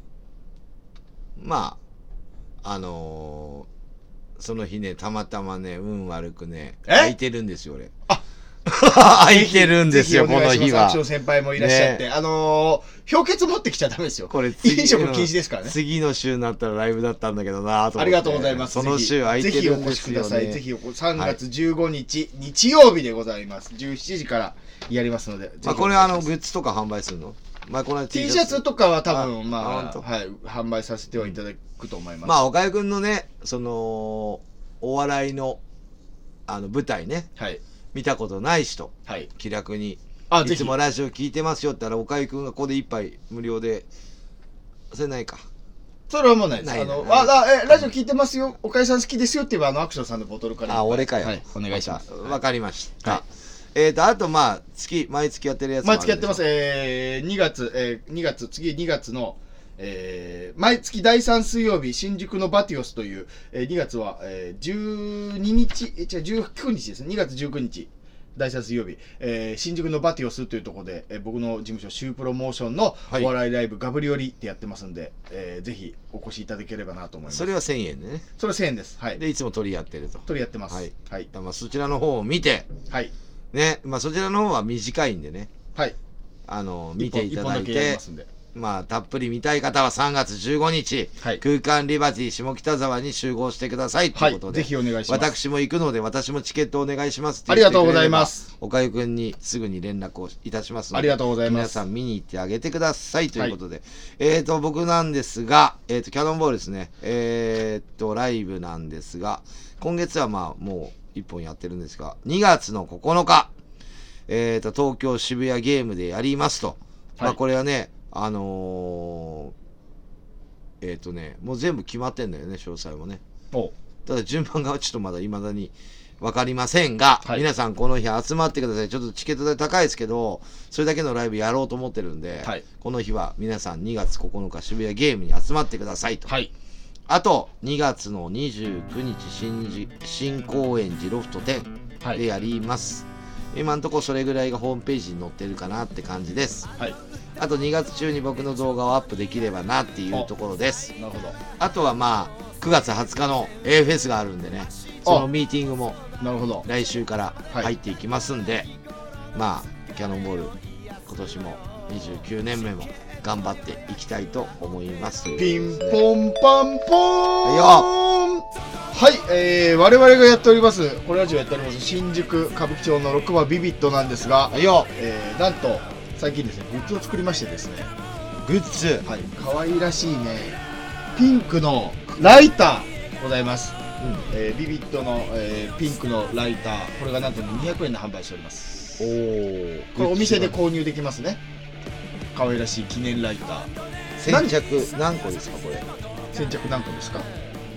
まあその日ね、たまたまね、運悪くね、空いてるんですよ俺。空いてるんですよ、この日は。 アクション先輩もいらっしゃって、氷結持ってきちゃダメですよ。 これ飲食禁止ですからね。 次の週になったらライブだったんだけどなと思って。 ありがとうございます。 その週空いてるんですよね。 ぜひお越しください。3月15日、日曜日でございます。17時からやりますので。 これグッズとか販売するの？ T シャツとかは多分販売させてはいただくと思います。 岡井くんのね、お笑いの舞台ね、見たことない人、気楽にいつもラジオ聞いてますよって言ったら、岡井くんがここで一杯無料で、それないか。 それはもうないです。ラジオ聞いてますよ、岡井さん好きですよって言えばアクションさんのボトルから。 俺かよ。 お願いします。 わかりました。あと毎月やってるやつもあるんですよ。 毎月やってます。2月の、毎月第3水曜日、新宿のバティオスという、2月は、19日ですね。2月19日、第3水曜日、新宿のバティオスというところで、僕の事務所、シュープロモーションのお笑いライブ、ガブリオリってやってますんで、ぜひお越しいただければなと思います。 それは1000円でね。 それは1000円です。 で、いつも取りやってると。 取りやってます。 そちらの方を見て、ね、そちらの方は短いんでね。見ていただいて、 まあ、たっぷり見たい方は3月15日、 はい、 空間リバティ下北沢に集合してくださいということで、 はい、ぜひお願いします。 私も行くので、私もチケットお願いしますってありがとうございます。 おかゆくんにすぐに連絡をいたしますので、 ありがとうございます。 皆さん見に行ってあげてくださいということで、はい、僕なんですが、キャノンボールですね、ライブなんですが、今月はまあ、もう1本やってるんですが、2月の9日、東京渋谷ゲームでやりますと。はい、まあこれはね、もう全部決まってんだよね、詳細もね。ただ順番がちょっとまだ未だに分かりませんが、はい、皆さんこの日集まってください。ちょっとチケット代高いですけど、それだけのライブやろうと思ってるんで、はい、この日は皆さん2月9日渋谷ゲームに集まってくださいと。はい、あと、2月の29日新高円寺ロフト10でやります。はい、今のところそれぐらいがホームページに載ってるかなって感じです。はい、あと2月中に僕の動画をアップできればなっていうところです。なるほど。あとはまあ9月20日の A フェスがあるんでね、そのミーティングも来週から入っていきますんで、はい、まあキャノンボール今年も29年目も頑張っていきたいと思います。 ピンポンパンポーンはい、我々がやっております、これラジオやっております新宿歌舞伎町の6番ビビットなんですが、なんと最近ですね、グッズを作りましてですね、 グッズ、 はい、可愛らしいね、ピンクのライターございます。ビビットの、ピンクのライター、これがなんと200円で販売しております。これお店で購入できますね。可愛らしい記念ライター。 先着何個ですかこれ？ 先着何個ですか？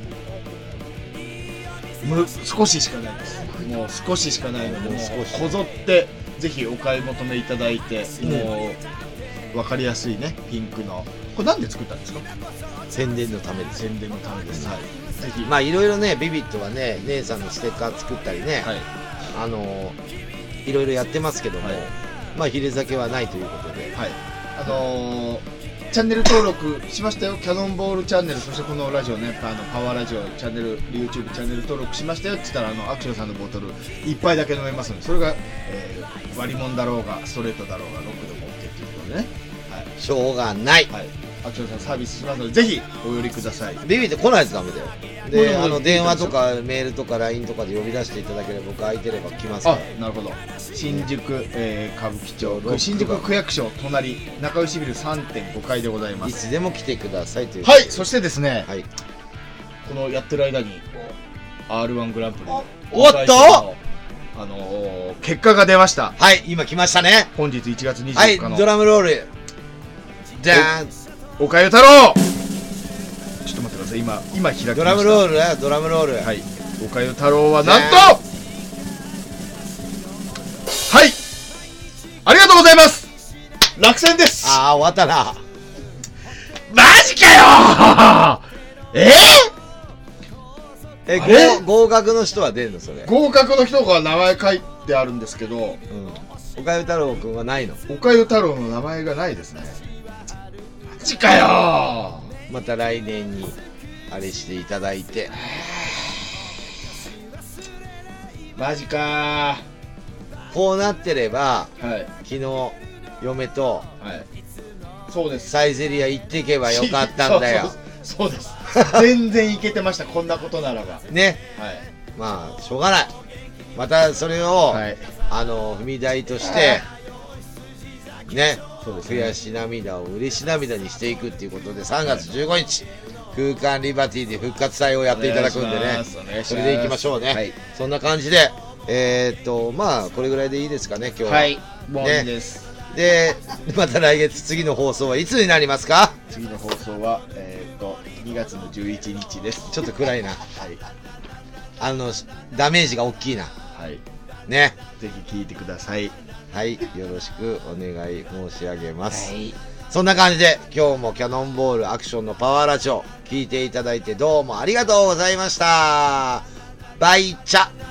少ししかないです。もう少ししかないので、こぞってぜひお買い求めいただいて、もう分かりやすいね、ピンクの。これなんで作ったんですか？ 宣伝のためです。 宣伝のためです。はい。 ぜひ。まあいろいろね、ビビットはね、姉さんのステッカー作ったりね、はい、いろいろやってますけども、はい、まあヒレ酒はないということで、はい。 チャンネル登録しましたよ、キャノンボールチャンネル、そしてこのラジオね、パワーラジオチャンネル、YouTube チャンネル登録しましたよって言ったら、アクションさんのボトル1杯だけ飲めますので、それが、割り物だろうが、ストレートだろうが、ロックでも OK っていうことでね、はい、 しょうがない、はい、 アクションさんサービスしますので、ぜひお寄りください。 ビビって来ないとダメだよ。で、電話とかメールとか LINE とかで呼び出していただければ、僕空いてれば来ますから。 あ、なるほど。新宿、歌舞伎町、新宿区役所隣、仲良しビル 3.5 階でございます。 いつでも来てくださいという。 はい、そしてですね、 はい、 このやってる間に R1 グランプリ、 おっと結果が出ました。 はい、今来ましたね。 本日1月24日の、 はい、ドラムロール。じゃーん。 おかゆ太郎。ちょっと待ってください。今開きました。 ドラムロールだよ、ドラムロール。 はい。おかゆ太郎はなんと、はい。ありがとうございます。落選です。 ああ、終わったな。 マジかよ。 合格の人は出るのそれ？ 合格の人が名前書いてあるんですけど、 おかゆ太郎くんはないの？ おかゆ太郎の名前がないですね。マジかよ。 また来年にあれしていただいて。 マジか。 こうなってれば、 はい、 昨日嫁と、 はい、そうです。 サイゼリア行ってけばよかったんだよ。 そうです。全然いけてました。こんなことならば。 ね。 はい。 まあしょうがない。またそれを、はい、踏み台としてね。そうですね、悔し涙を嬉し涙にしていくっていうことで、3月15日、空間リバティで復活祭をやっていただくんでね、それでいきましょうね。はい、そんな感じで、まあこれぐらいでいいですかね、今日は。 はい、もういいです。 で、また来月次の放送はいつになりますか？ 次の放送は2月の11日です。 ちょっと暗いな。 はい。 ダメージが大きいな。 はい。 ね。 ぜひ聞いてください。 はい、よろしくお願い申し上げます。はい、そんな感じで今日もキャノンボールアクションのパワーラジオ聞いていただいてどうもありがとうございました。バイチャ。